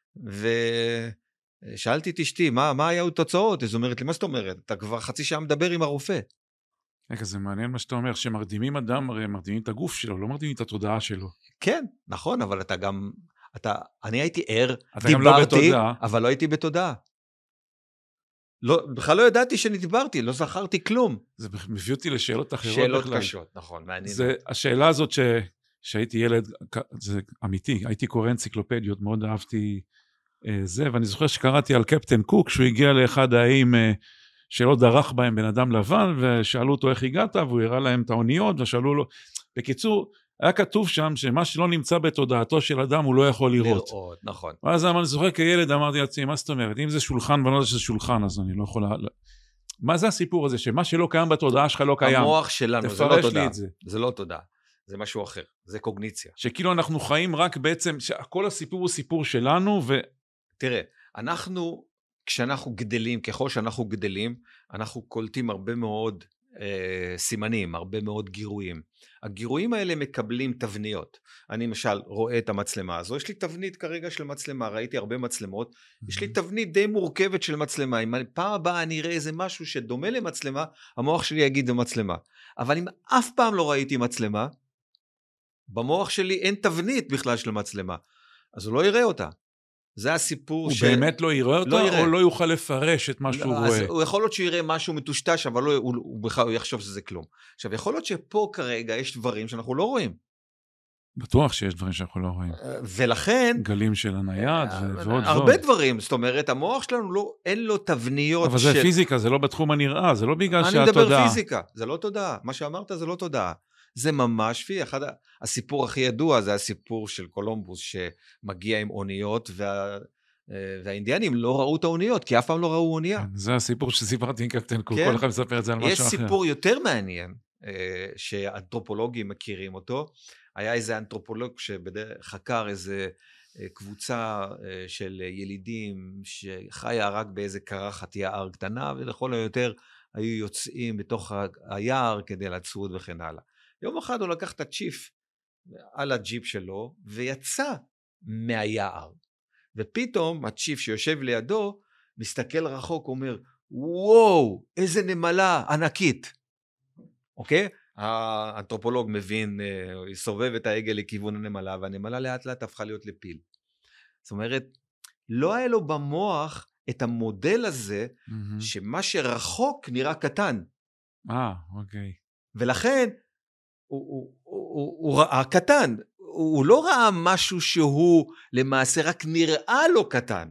ושאלתי את אשתי, מה היו תוצאות? אז אומרת לי, מה זאת אומרת? אתה כבר חצי שעה מדבר עם הרופא. רגע, זה מעניין מה שאתה אומר, שמרדימים אדם, הרי מרדימים את הגוף שלו, לא מרדימים את התודעה שלו. כן, נכון, אבל אתה גם... אני הייתי ער, דיברתי, אבל לא הייתי בתודעה. בכלל לא ידעתי שדיברתי, לא זכרתי כלום. זה מביא אותי לשאלות אחרות שאלות קשות, נכון, מעניין. השאלה הזאת שהייתי ילד, זה אמיתי, הייתי קורא אנציקלופדיות, מאוד אהבתי זה, ואני זוכר שקראתי על קפטן קוק, שהוא הגיע לאחד האיים שלא דרך בהם בן אדם לבן, ושאלו אותו איך הגעת, והוא הראה להם את האוניות, ושאלו לו, בקיצור, היה כתוב שם שמה שלא נמצא בתודעתו של אדם הוא לא יכול לראות. נכון. ואז אני זוכר כילד אמרתי לעצמי, מה זאת אומרת? אם זה שולחן ואני לא יודע שזה שולחן, אז אני לא יכול... מה זה הסיפור הזה? שמה שלא קיים בתודעה שלך לא קיים. המוח שלנו, זה לא תודעה. זה. זה לא תודעה. זה משהו אחר. זה קוגניציה. שכאילו אנחנו חיים רק בעצם, שכל הסיפור הוא סיפור שלנו תראה, כשאנחנו גדלים, ככל שאנחנו גדלים, אנחנו קולטים הרבה מאוד סימנים, הרבה מאוד גירויים. הגירויים האלה מקבלים תבניות. אני למשל רואה את המצלמה הזו, יש לי תבנית כרגע של מצלמה, ראיתי הרבה מצלמות, יש לי תבנית די מורכבת של מצלמה, אם פעם הבאה אני אראה איזה משהו שדומה למצלמה, המוח שלי יגיד זה מצלמה. אבל אם אף פעם לא ראיתי מצלמה, במוח שלי אין תבנית בכלל של מצלמה, אז הוא לא יראה אותה. זה הסיפור הוא באמת לא יראה אותה, או לא יוכל לפרש את מה שהוא רואה? הוא יכול להיות שיראה משהו מטושטש, אבל הוא בכלל יחשוב שזה כלום. עכשיו, יכול להיות שפה כרגע יש דברים שאנחנו לא רואים. בטוח שיש דברים שאנחנו לא רואים. ולכן... גלים של הנייד ועוד. הרבה דברים, זאת אומרת, המוח שלנו אין לו תבניות אבל זה פיזיקה, זה לא בתחום הנראה, זה לא בגלל שהתודעה. אני מדבר פיזיקה, זה לא תודעה. מה שאמרת זה לא תודעה. זה ממש הסיפור הכי ידוע, זה הסיפור של קולומבוס שמגיע עם אוניות, והאינדיאנים לא ראו את האוניות, כי אף פעם לא ראו אונייה. זה הסיפור שסיפרתי עם קפטן קוק, כל אחד מספר את זה על משהו אחר. יש סיפור יותר מעניין, שאנתרופולוגים מכירים אותו, היה איזה אנתרופולוג שחקר איזה קבוצה של ילידים, שחיה רק באיזה קרחת יער קטנה, ולכל היותר היו יוצאים בתוך היער כדי לצוד וכן הלאה. יום אחד הוא לקח את הצ'יף על הג'יפ שלו, ויצא מהיער. ופתאום הצ'יף שיושב לידו, מסתכל רחוק, אומר, וואו, איזה נמלה ענקית. אוקיי? האנתרופולוג מבין, יסובב את העגל לכיוון הנמלה, והנמלה לאט לאט הפכה להיות לפיל. זאת אומרת, לא היה לו במוח את המודל הזה, שמה שרחוק נראה קטן. אוקיי. ולכן, הוא ראה קטן, הוא לא ראה משהו שהוא למעשה רק נראה לו קטן.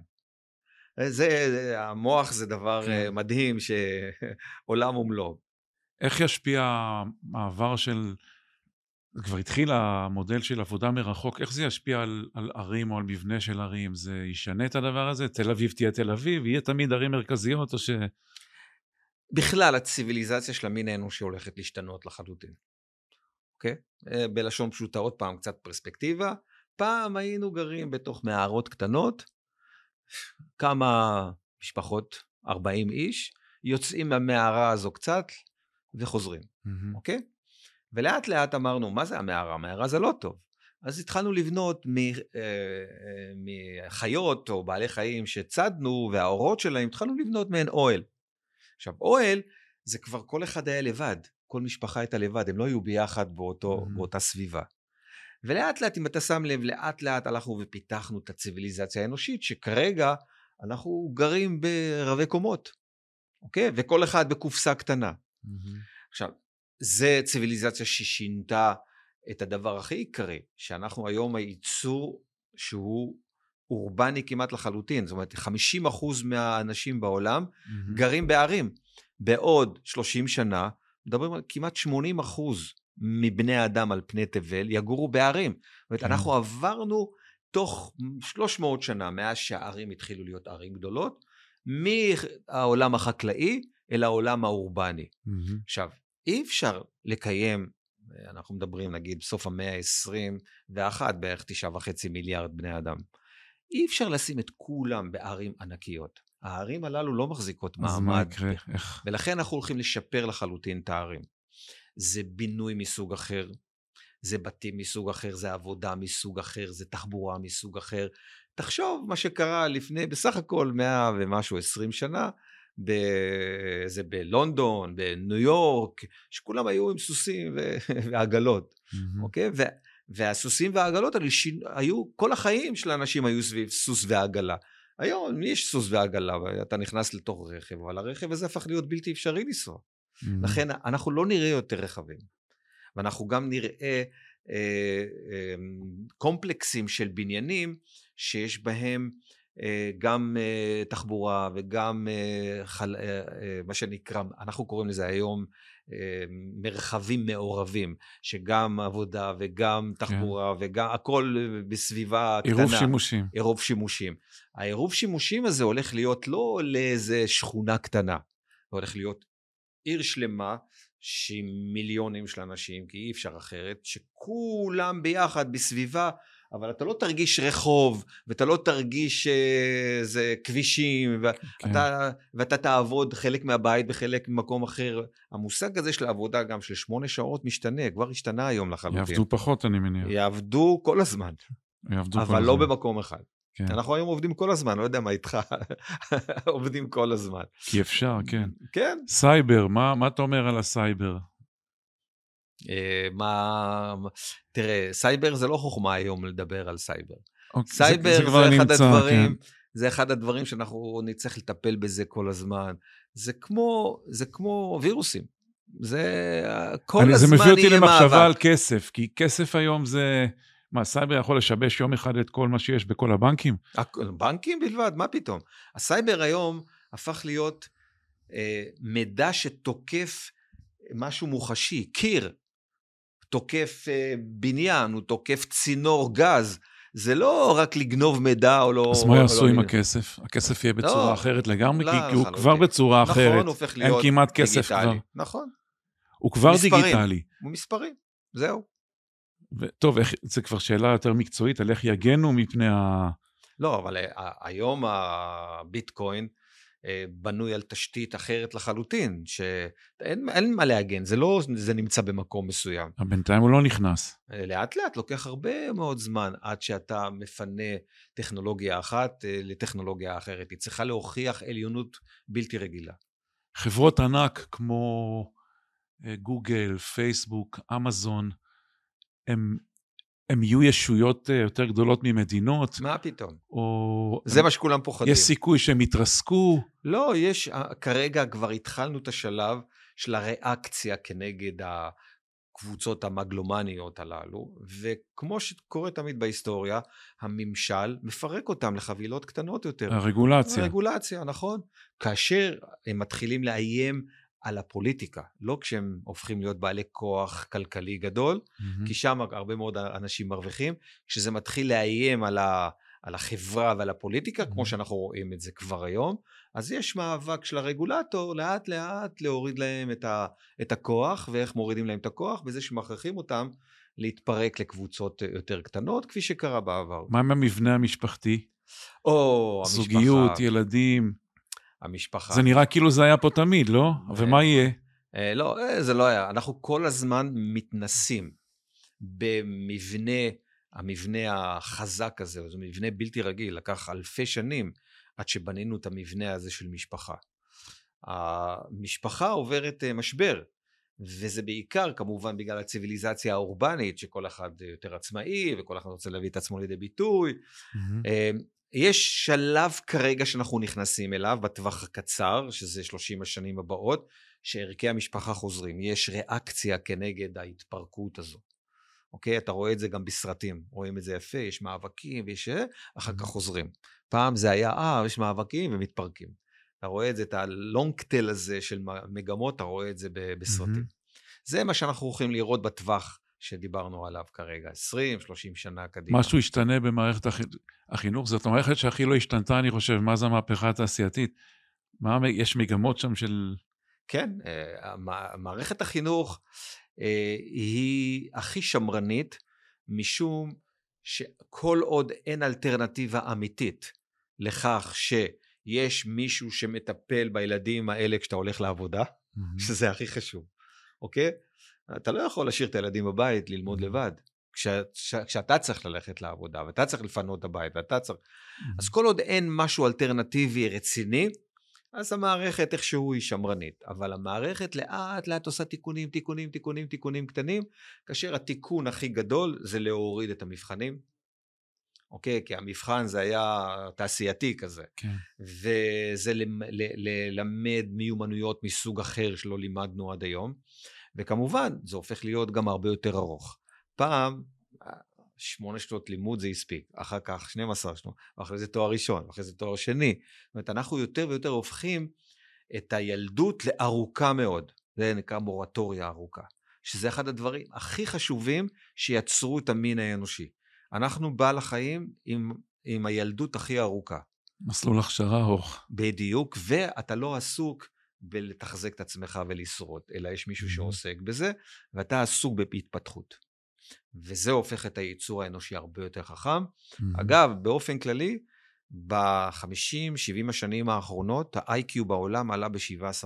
המוח זה דבר מדהים שעולם ומלואו. איך ישפיע המעבר של, כבר התחיל המודל של עבודה מרחוק, איך זה ישפיע על ערים או על מבנה של ערים? זה ישנה את הדבר הזה? תל אביב תהיה תל אביב? יהיה תמיד ערים מרכזיות או ש... בכלל, הציביליזציה של המין האנושי הולכת להשתנות לחלוטין. אוקיי? בלשון פשוטה, עוד פעם, קצת פרספקטיבה. פעם היינו גרים בתוך מערות קטנות, כמה משפחות, 40 איש, יוצאים מהמערה הזו קצת וחוזרים. אוקיי? ולאט לאט אמרנו, מה זה המערה? המערה זה לא טוב. אז התחלנו לבנות מחיות או בעלי חיים שצדנו, והאורות שלהם, התחלנו לבנות מהן אוהל. עכשיו, אוהל זה כבר כל אחד היה לבד, כל משפחה הייתה לבד, הם לא היו ביחד באותה סביבה. ולאט לאט, אם אתה שם לב, לאט לאט הלכנו ופיתחנו את הציביליזציה האנושית, שכרגע אנחנו גרים ברבי קומות, אוקיי? וכל אחד בקופסה קטנה. עכשיו, זה ציביליזציה ששינתה את הדבר הכי עיקרי, שאנחנו היום הייצור שהוא אורבני כמעט לחלוטין, זאת אומרת 50% מהאנשים בעולם גרים בערים, בעוד 30 שנה, מדברים על כמעט 80% מבני האדם על פני תבל יגורו בערים, זאת אומרת אנחנו עברנו תוך 300 שנה, מאז שהערים התחילו להיות ערים גדולות, מהעולם החקלאי אל העולם האורבני. עכשיו, אי אפשר לקיים, אנחנו מדברים נגיד בסוף המאה ה-21, בערך 9.5 מיליארד בני אדם, אי אפשר לשים את כולם בערים ענקיות. הערים הללו לא מחזיקות מעמד. אז מה יקרה? ולכן אנחנו הולכים לשפר לחלוטין את הערים. זה בינוי מסוג אחר, זה בתים מסוג אחר, זה עבודה מסוג אחר, זה תחבורה מסוג אחר. תחשוב מה שקרה לפני בסך הכל 100 ומשהו 20 שנה, זה בלונדון, בניו יורק, שכולם היו עם סוסים ועגלות, אוקיי? והסוסים והעגלות היו, כל החיים של האנשים היו סביב סוס ועגלה. היום יש סוס ועגלה, ואתה נכנס לתוך רכב, אבל הרכב הזה הפך להיות בלתי אפשרי לנסוע. לכן אנחנו לא נראה יותר רכבים, ואנחנו גם נראה קומפלקסים של בניינים, שיש בהם גם תחבורה וגם מה שנקרא, אנחנו קוראים לזה היום מרחבים מעורבים, שגם עבודה וגם תחבורה וגם הכל בסביבה קטנה. עירוב שימושים. עירוב שימושים. העירוב שימושים הזה הולך להיות לא לאיזה שכונה קטנה, הולך להיות עיר שלמה, מיליונים של אנשים, כי אי אפשר אחרת, שכולם ביחד בסביבה, אבל אתה לא תרגיש רחוב, ואתה לא תרגיש זה כבישים, ואתה תעבוד חלק מהבית וחלק ממקום אחר. המושג הזה של העבודה גם של 8 שעות משתנה, כבר השתנה היום לחלוטין. יעבדו פחות, אני מניח. יעבדו כל הזמן, אבל לא במקום אחד. כן. אנחנו היום עובדים כל הזמן, לא יודע מה איתך, עובדים כל הזמן. כי אפשר, כן. כן. סייבר, מה אתה אומר על הסייבר? תראה, סייבר זה לא חוכמה היום לדבר על סייבר. סייבר זה אחד הדברים שאנחנו נצטרך לטפל בזה כל הזמן. זה כמו וירוסים. זה כל הזמן זה מביא אותי למחשבה על כסף, כי כסף היום זה... מה, סייבר יכול לשבש יום אחד את כל מה שיש בכל הבנקים? בנקים בלבד, מה פתאום? הסייבר היום הפך להיות מידע שתוקף משהו מוחשי, קיר, תוקף בניין, הוא תוקף צינור גז, זה לא רק לגנוב מידע או לא... אז מה יעשו עם הכסף? הכסף יהיה בצורה אחרת לגמרי, כי הוא כבר בצורה אחרת, אין כמעט כסף כבר. נכון. הוא כבר דיגיטלי. הוא מספרים, זהו. טוב, זה כבר שאלה יותר מקצועית, על איך יגנו מפני לא, אבל היום הביטקוין בנוי על תשתית אחרת לחלוטין, שאין מה להגן, זה נמצא במקום מסוים. בינתיים הוא לא נכנס. לאט לאט, לוקח הרבה מאוד זמן, עד שאתה מפנה טכנולוגיה אחת לטכנולוגיה אחרת. היא צריכה להוכיח עליונות בלתי רגילה. חברות ענק כמו גוגל, פייסבוק, אמזון, הם הם יהיו ישויות יותר גדולות ממדינות? מה פתאום? או... זה מה שכולם פוחדים. יש סיכוי שהם יתרסקו? לא, כרגע כבר התחלנו את השלב של הריאקציה כנגד הקבוצות המגלומניות הללו, וכמו שקורה תמיד בהיסטוריה, הממשל מפרק אותם לחבילות קטנות יותר. הרגולציה, נכון. כאשר הם מתחילים לאיים על הפוליטיקה, לא כשהם הופכים להיות בעלי כוח כלכלי גדול, כי שם הרבה מאוד אנשים מרוויחים, כשזה מתחיל לאיים על החברה ועל הפוליטיקה, כמו שאנחנו רואים את זה כבר היום, אז יש מאבק של הרגולטור, לאט לאט להוריד להם את הכוח, ואיך מורידים להם את הכוח, בזה שמכריחים אותם להתפרק לקבוצות יותר קטנות, כפי שקרה בעבר. מה עם המבנה המשפחתי? זוגיות, ילדים. המשפחה. זה נראה כאילו זה היה פה תמיד, לא? ומה יהיה? לא, זה לא היה. אנחנו כל הזמן מתנסים המבנה החזק הזה, זה מבנה בלתי רגיל, לקח אלפי שנים עד שבנינו את המבנה הזה של משפחה. המשפחה עוברת משבר, וזה בעיקר כמובן בגלל הציביליזציה האורבנית, שכל אחד יותר עצמאי, וכל אחד רוצה להביא את עצמו לידי ביטוי. יש שלב כרגע שאנחנו נכנסים אליו, בטווח הקצר, שזה 30 השנים הבאות, שערכי המשפחה חוזרים. יש ריאקציה כנגד ההתפרקות הזו. אוקיי? אתה רואה את זה גם בסרטים, רואים את זה יפה, יש מאבקים, אחר כך חוזרים. פעם זה היה, יש מאבקים ומתפרקים. אתה רואה את זה, את הלונג-טל הזה של מגמות, אתה רואה את זה בסרטים. זה מה שאנחנו הולכים לראות בטווח שדיברנו עליו כרגע, 20-30 שנה קדימה. משהו ישתנה במערכת החינוך, זאת המערכת שהכי לא השתנתה, אני חושב, מה זה המהפכה התעשייתית? יש מגמות שם של... כן, מערכת החינוך היא הכי שמרנית, משום שכל עוד אין אלטרנטיבה אמיתית לכך שיש מישהו שמטפל בילדים האלה כשאתה הולך לעבודה, שזה הכי חשוב, אוקיי? אתה לא יכול להשאיר את הילדים בבית ללמוד לבד, כשאתה צריך ללכת לעבודה, ואתה צריך לפנות את הבית, ואתה צריך... אז כל עוד אין משהו אלטרנטיבי רציני, אז המערכת איכשהו היא שמרנית, אבל המערכת לאט לאט עושה תיקונים קטנים, כאשר התיקון הכי גדול זה להוריד את המבחנים, אוקיי? כי המבחן זה היה תעשייתי כזה, כן. וזה ללמד מיומנויות מסוג אחר שלא לימדנו עד היום, וכמובן זה הופך להיות גם הרבה יותר ארוך. פעם 8 שנות לימוד זה הספיק, אחר כך 12 שנות, ואחרי זה תואר ראשון, ואחרי זה תואר שני. זאת אומרת, אנחנו יותר ויותר הופכים את הילדות לארוכה מאוד. זה נקרא מורטוריה ארוכה, שזה אחד הדברים הכי חשובים שיצרו את המין האנושי. אנחנו בא לחיים עם הילדות הכי ארוכה. מסלול הכשרה ארוך. בדיוק, ואתה לא עסוק בלתחזק את עצמך ולשרוד, אלא יש מישהו שעוסק בזה, ואתה עסוק בהתפתחות. וזה הופך את הייצור האנושי הרבה יותר חכם. אגב, באופן כללי, ב-50-70 השנים האחרונות, ה-IQ בעולם עלה ב-17%.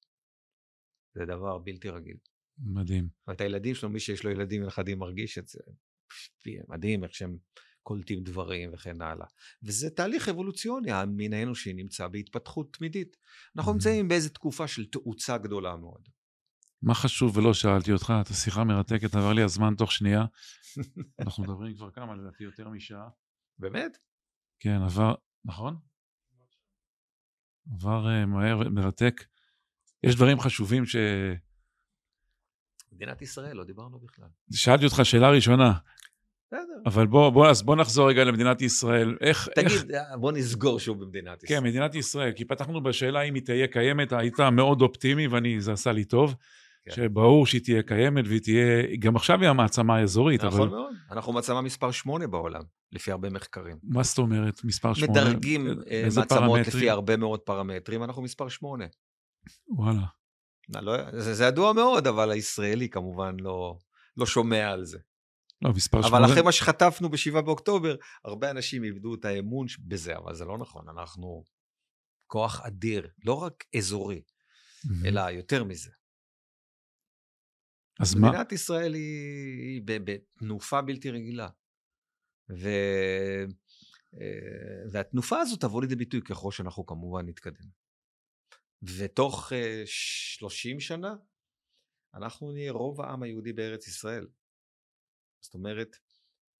זה דבר בלתי רגיל. מדהים. ואת הילדים שלנו, מי שיש לו ילדים ונכדים מרגיש את זה. מדהים איך שהם קולטים דברים וכן הלאה. וזה תהליך אבולוציוני, המין האנושי נמצא בהתפתחות תמידית. אנחנו נמצאים באיזו תקופה של תאוצה גדולה מאוד. מה חשוב ולא שאלתי אותך, את השיחה מרתקת, עבר לי הזמן תוך שנייה. אנחנו מדברים כבר כמה, לדעתי יותר משעה. באמת? כן, עבר, נכון? עבר מהר, מרתק. יש דברים חשובים ש... מדינת ישראל, לא דיברנו בכלל. שאלתי אותך שאלה ראשונה. בסדר. אבל בוא נחזור רגע למדינת ישראל. תגיד, בוא נסגור שוב במדינת ישראל. כן, מדינת ישראל, כי פתחנו בשאלה אם היא תהיה קיימת, היית מאוד אופטימי, זה עשה לי טוב. שברור שהיא תהיה קיימת, והיא תהיה, גם עכשיו היא המעצמה האזורית. נכון מאוד, אנחנו מעצמה מספר 8 בעולם, לפי הרבה מחקרים. מה זאת אומרת, מספר 8? מדרגים מעצמות לפי הרבה מאוד פרמטרים, אנחנו מספר 8. וואלה. זה ידוע מאוד, אבל הישראלי כמובן לא שומע על זה. לא, מספר 8. אבל אחרי מה שחטפנו ב7 באוקטובר, הרבה אנשים איבדו את האמון בזה, אבל זה לא נכון, אנחנו כוח אדיר, לא רק אזורי, אלא יותר מזה. אז מדינת ישראל היא בתנופה בלתי רגילה. והתנופה הזאת תבוא לידי ביטוי ככל שאנחנו כמובן נתקדם. ותוך 30 שנה, אנחנו נהיה רוב העם היהודי בארץ ישראל. זאת אומרת,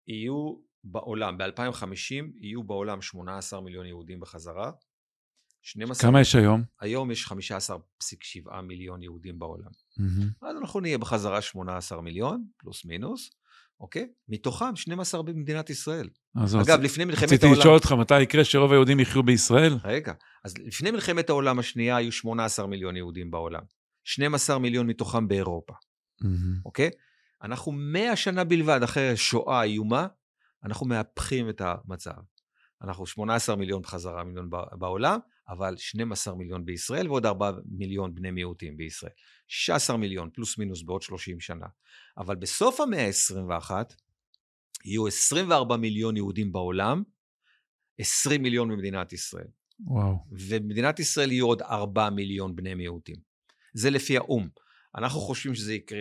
יהיו בעולם, ב-2050 יהיו בעולם 18 מיליון יהודים בחזרה. כמה יש היום? היום יש 15.7 מיליון יהודים בעולם. אז אנחנו נהיה בחזרה 18 מיליון, פלוס מינוס, אוקיי? מתוכם 12 במדינת ישראל. אגב, לפני מלחמת העולם... רציתי לשאול אותך מתי יקרה שרוב היהודים יחיו בישראל? רגע, אז לפני מלחמת העולם השנייה היו 18 מיליון יהודים בעולם. 12 מיליון מתוכם באירופה. אוקיי? אנחנו 100 שנה בלבד אחרי שואה איומה, אנחנו מהפכים את המצב. אנחנו 18 מיליון בחזרה מיליון בעולם, אבל 12 מיליון בישראל, ועוד 4 מיליון בני מיעוטים בישראל. 16 מיליון פלוס מינוס בעוד 30 שנה. אבל בסוף המאה ה-21, יהיו 24 מיליון יהודים בעולם, 20 מיליון במדינת ישראל. וואו. ובמדינת ישראל יהיו עוד 4 מיליון בני מיעוטים. זה לפי האום. אנחנו חושבים שזה יקרה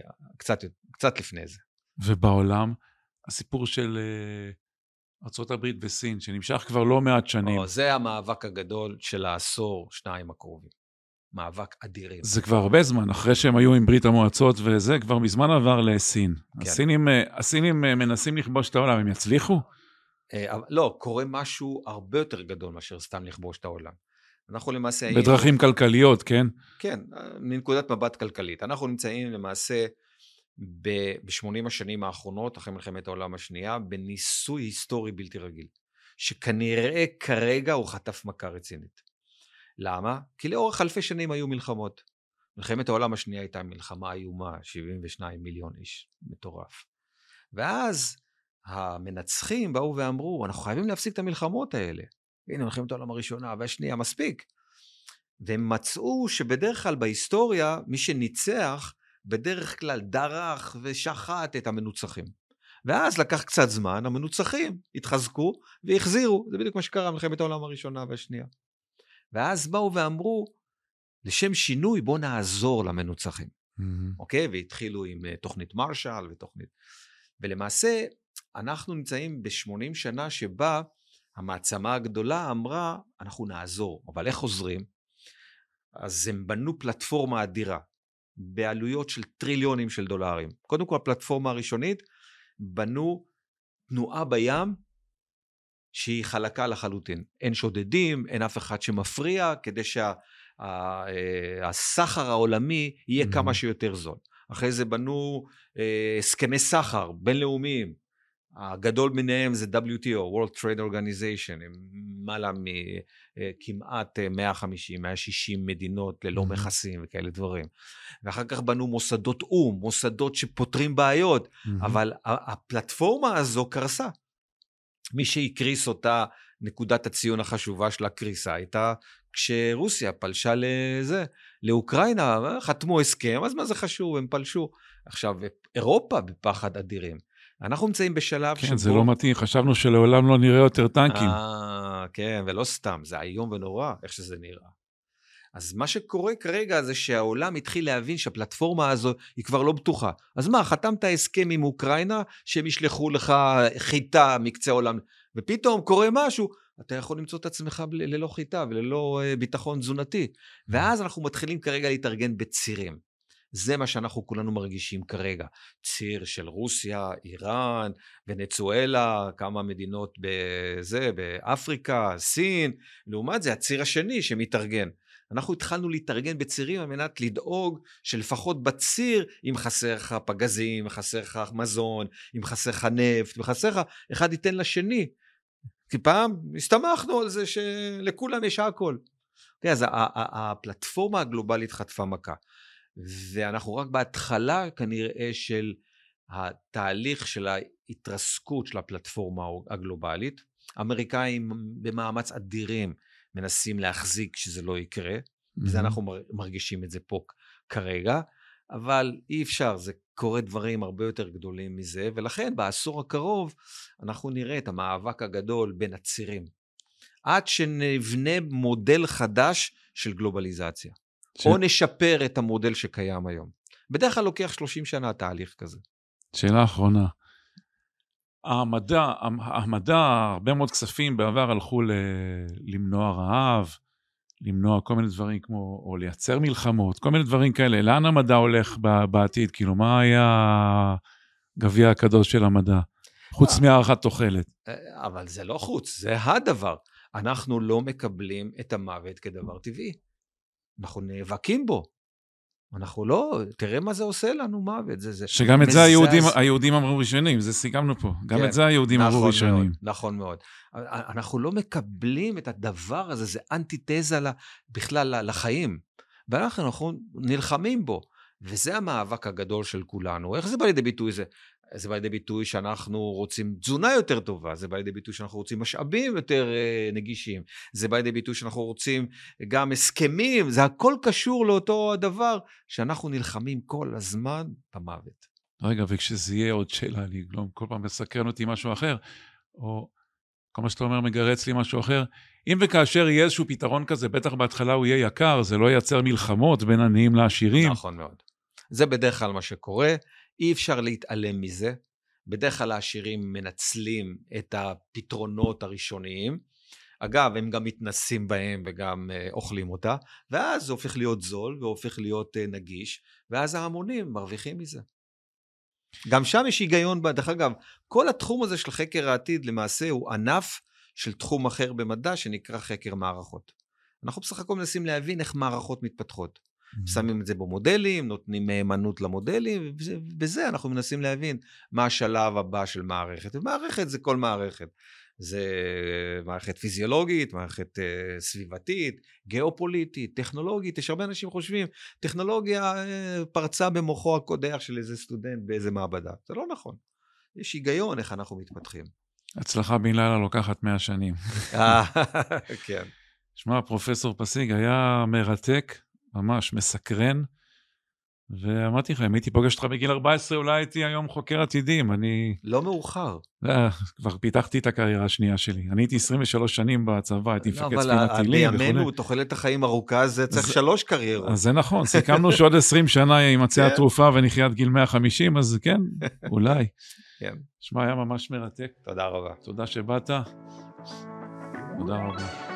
קצת לפני זה. ובעולם, הסיפור של ארצות הברית וסין, שנמשך כבר לא מעט שנים. זה המאבק הגדול של העשור, 2 הקרובים. מאבק אדירים. זה כבר הרבה זמן, אחרי שהם היו עם ברית המועצות, וזה כבר מזמן עבר לסין. כן. הסינים מנסים לכבוש את העולם, הם יצליחו? לא, קורה משהו הרבה יותר גדול מאשר סתם לכבוש את העולם. אנחנו למעשה... בדרכים כלכליות, כן? כן, מנקודת מבט כלכלית. אנחנו נמצאים למעשה ב-80 השנים האחרונות, אחרי מלחמת העולם השנייה, בניסוי היסטורי בלתי רגיל, שכנראה כרגע הוא חטף מכה רצינית. למה? כי לאורך אלפי שנים היו מלחמות. מלחמת העולם השנייה הייתה מלחמה איומה, 72 מיליון איש, מטורף. ואז המנצחים באו ואמרו, אנחנו חייבים להפסיק את המלחמות האלה. הנה, מלחמת העולם הראשונה והשנייה, מספיק. והם מצאו שבדרך כלל בהיסטוריה, מי שניצח, בדרך כלל דרך ושחט את המנוצחים. ואז לקח קצת זמן, המנוצחים התחזקו והחזירו. זה בדיוק מה שקרה מלחמת העולם הראשונה והשנייה. ואז באו ואמרו, לשם שינוי בוא נעזור למנוצחים. אוקיי? והתחילו עם תוכנית מרשל ותוכנית. ולמעשה, אנחנו נמצאים ב-80 שנה שבה המעצמה הגדולה אמרה, אנחנו נעזור. אבל איך עוזרים? אז הם בנו פלטפורמה אדירה, בעלויות של טריליונים של דולרים. קודם כל, הפלטפורמה הראשונית, בנו תנועה בים, שהיא חלקה לחלוטין. אין שודדים, אין אף אחד שמפריע, כדי שהסחר העולמי יהיה כמה שיותר זול. אחרי זה בנו הסכמי סחר בינלאומיים, הגדול ביניהם זה WTO, World Trade Organization, עם מעלה מכמעט 150, 160 מדינות ללא מכסים וכאלה דברים. ואחר כך בנו מוסדות אום, מוסדות שפותרים בעיות, אבל הפלטפורמה הזו קרסה. מי שהקריס אותה, נקודת הציון החשובה של הקריסה, הייתה כשרוסיה פלשה לאוקראינה, חתמו הסכם, אז מה זה חשוב, הם פלשו. עכשיו, אירופה בפחד אדירים. אנחנו נמצאים בשלב כן, זה לא מתאים, חשבנו שלעולם לא נראה יותר טנקים. כן, ולא סתם, זה היום ונורא, איך שזה נראה. אז מה שקורה כרגע זה שהעולם התחיל להבין שהפלטפורמה הזו היא כבר לא בטוחה. אז מה, חתמת הסכם עם אוקראינה, שהם ישלחו לך חיטה מקצה העולם, ופתאום קורה משהו, אתה יכול למצוא את עצמך ללא חיטה וללא ביטחון תזונתי. ואז אנחנו מתחילים כרגע להתארגן בצירים. זה מה שאנחנו כולנו מרגישים כרגע. ציר של רוסיה, איראן, ונצואלה, כמה מדינות באפריקה, סין. לעומת זה, הציר השני שמתארגן. אנחנו התחלנו להתארגן בצירים על מנת לדאוג שלפחות בציר, אם חסר לך פגזים, אם חסר לך מזון, אם חסר לך נפט, אם חסר לך, אחד ייתן לשני. כי פעם הסתמכנו על זה שלכולם יש הכל. אז הפלטפורמה הגלובלית חטפה מכה. ואנחנו רק בהתחלה כנראה של התהליך של ההתרסקות של הפלטפורמה הגלובלית. האמריקאים במאמץ אדירים מנסים להחזיק שזה לא יקרה, וזה אנחנו מרגישים את זה פה כרגע, אבל אי אפשר, זה קורה דברים הרבה יותר גדולים מזה, ולכן בעשור הקרוב אנחנו נראה את המאבק הגדול בין הצירים, עד שנבנה מודל חדש של גלובליזציה. או נשפר את המודל שקיים היום. בדרך כלל לוקח 30 שנה תהליך כזה. שאלה אחרונה. המדע, הרבה מאוד כספים בעבר הלכו למנוע רעב, למנוע כל מיני דברים כמו, או לייצר מלחמות, כל מיני דברים כאלה. לאן המדע הולך בעתיד? כאילו, מה היה גביע הקדוש של המדע? חוץ מהערכת תוחלת. אבל זה לא חוץ, זה הדבר. אנחנו לא מקבלים את המוות כדבר טבעי. אנחנו נאבקים בו. אנחנו לא, תראה מה זה עושה לנו מוות. שגם את זה היהודים אמרו ראשונים, זה סיכמנו פה. גם את זה היהודים אמרו ראשונים. נכון מאוד. אנחנו לא מקבלים את הדבר הזה, זה אנטיתזה בכלל לחיים. ואנחנו נלחמים בו. וזה המאבק הגדול של כולנו. איך זה בא לידי ביטוי זה? זה בא לידי ביטוי שאנחנו רוצים תזונה יותר טובה, זה בא לידי ביטוי שאנחנו רוצים משאבים יותר נגישים, זה בא לידי ביטוי שאנחנו רוצים גם הסכמים, זה הכל קשור לאותו הדבר, שאנחנו נלחמים כל הזמן במוות. רגע, וכשזה יהיה עוד שאלה, אני לא כל פעם מסקרן אותי משהו אחר, או כל מה שאתה אומר מגרץ לי משהו אחר, אם וכאשר יהיה איזשהו פתרון כזה, בטח בהתחלה הוא יהיה יקר, זה לא ייצר מלחמות בין עניים לעשירים. נכון מאוד. זה בדרך כלל מה שקורה, אי אפשר להתעלם מזה, בדרך כלל העשירים מנצלים את הפתרונות הראשוניים, אגב, הם גם מתנסים בהם וגם אוכלים אותה, ואז זה הופך להיות זול והופך להיות נגיש, ואז ההמונים מרוויחים מזה. גם שם יש היגיון, דרך אגב, כל התחום הזה של חקר העתיד למעשה הוא ענף של תחום אחר במדע שנקרא חקר מערכות. אנחנו בסך הכל מנסים להבין איך מערכות מתפתחות. שמים את זה במודלים, נותנים מהימנות למודלים, ובזה אנחנו מנסים להבין מה השלב הבא של מערכת. ומערכת זה כל מערכת. זה מערכת פיזיולוגית, מערכת סביבתית, גיאופוליטית, טכנולוגית. יש הרבה אנשים חושבים, טכנולוגיה פרצה במוחו הקודח של איזה סטודנט באיזה מעבדה. זה לא נכון. יש היגיון איך אנחנו מתפתחים. הצלחה בן לילה לוקחת 100 שנים. כן. שמע, פרופסור פסיג היה מרתק, ממש מסקרן, ואמרתי לך, אם הייתי פוגש אותך בגיל 14, אולי הייתי היום חוקר עתידים, אני... לא מאוחר. כבר פיתחתי את הקריירה השנייה שלי. אני הייתי 23 שנים בצבא, הייתי מפקד ספינת טילים. אבל בימינו, תוחלת החיים ארוכה, זה צריך 3 קריירות. אז זה נכון, סיכמנו שעוד 20 שנה יימצא התרופה ונחיה עד גיל 150, אז כן, אולי. כן. שמע, היה ממש מרתק. תודה רבה. תודה שבאת. תודה רבה.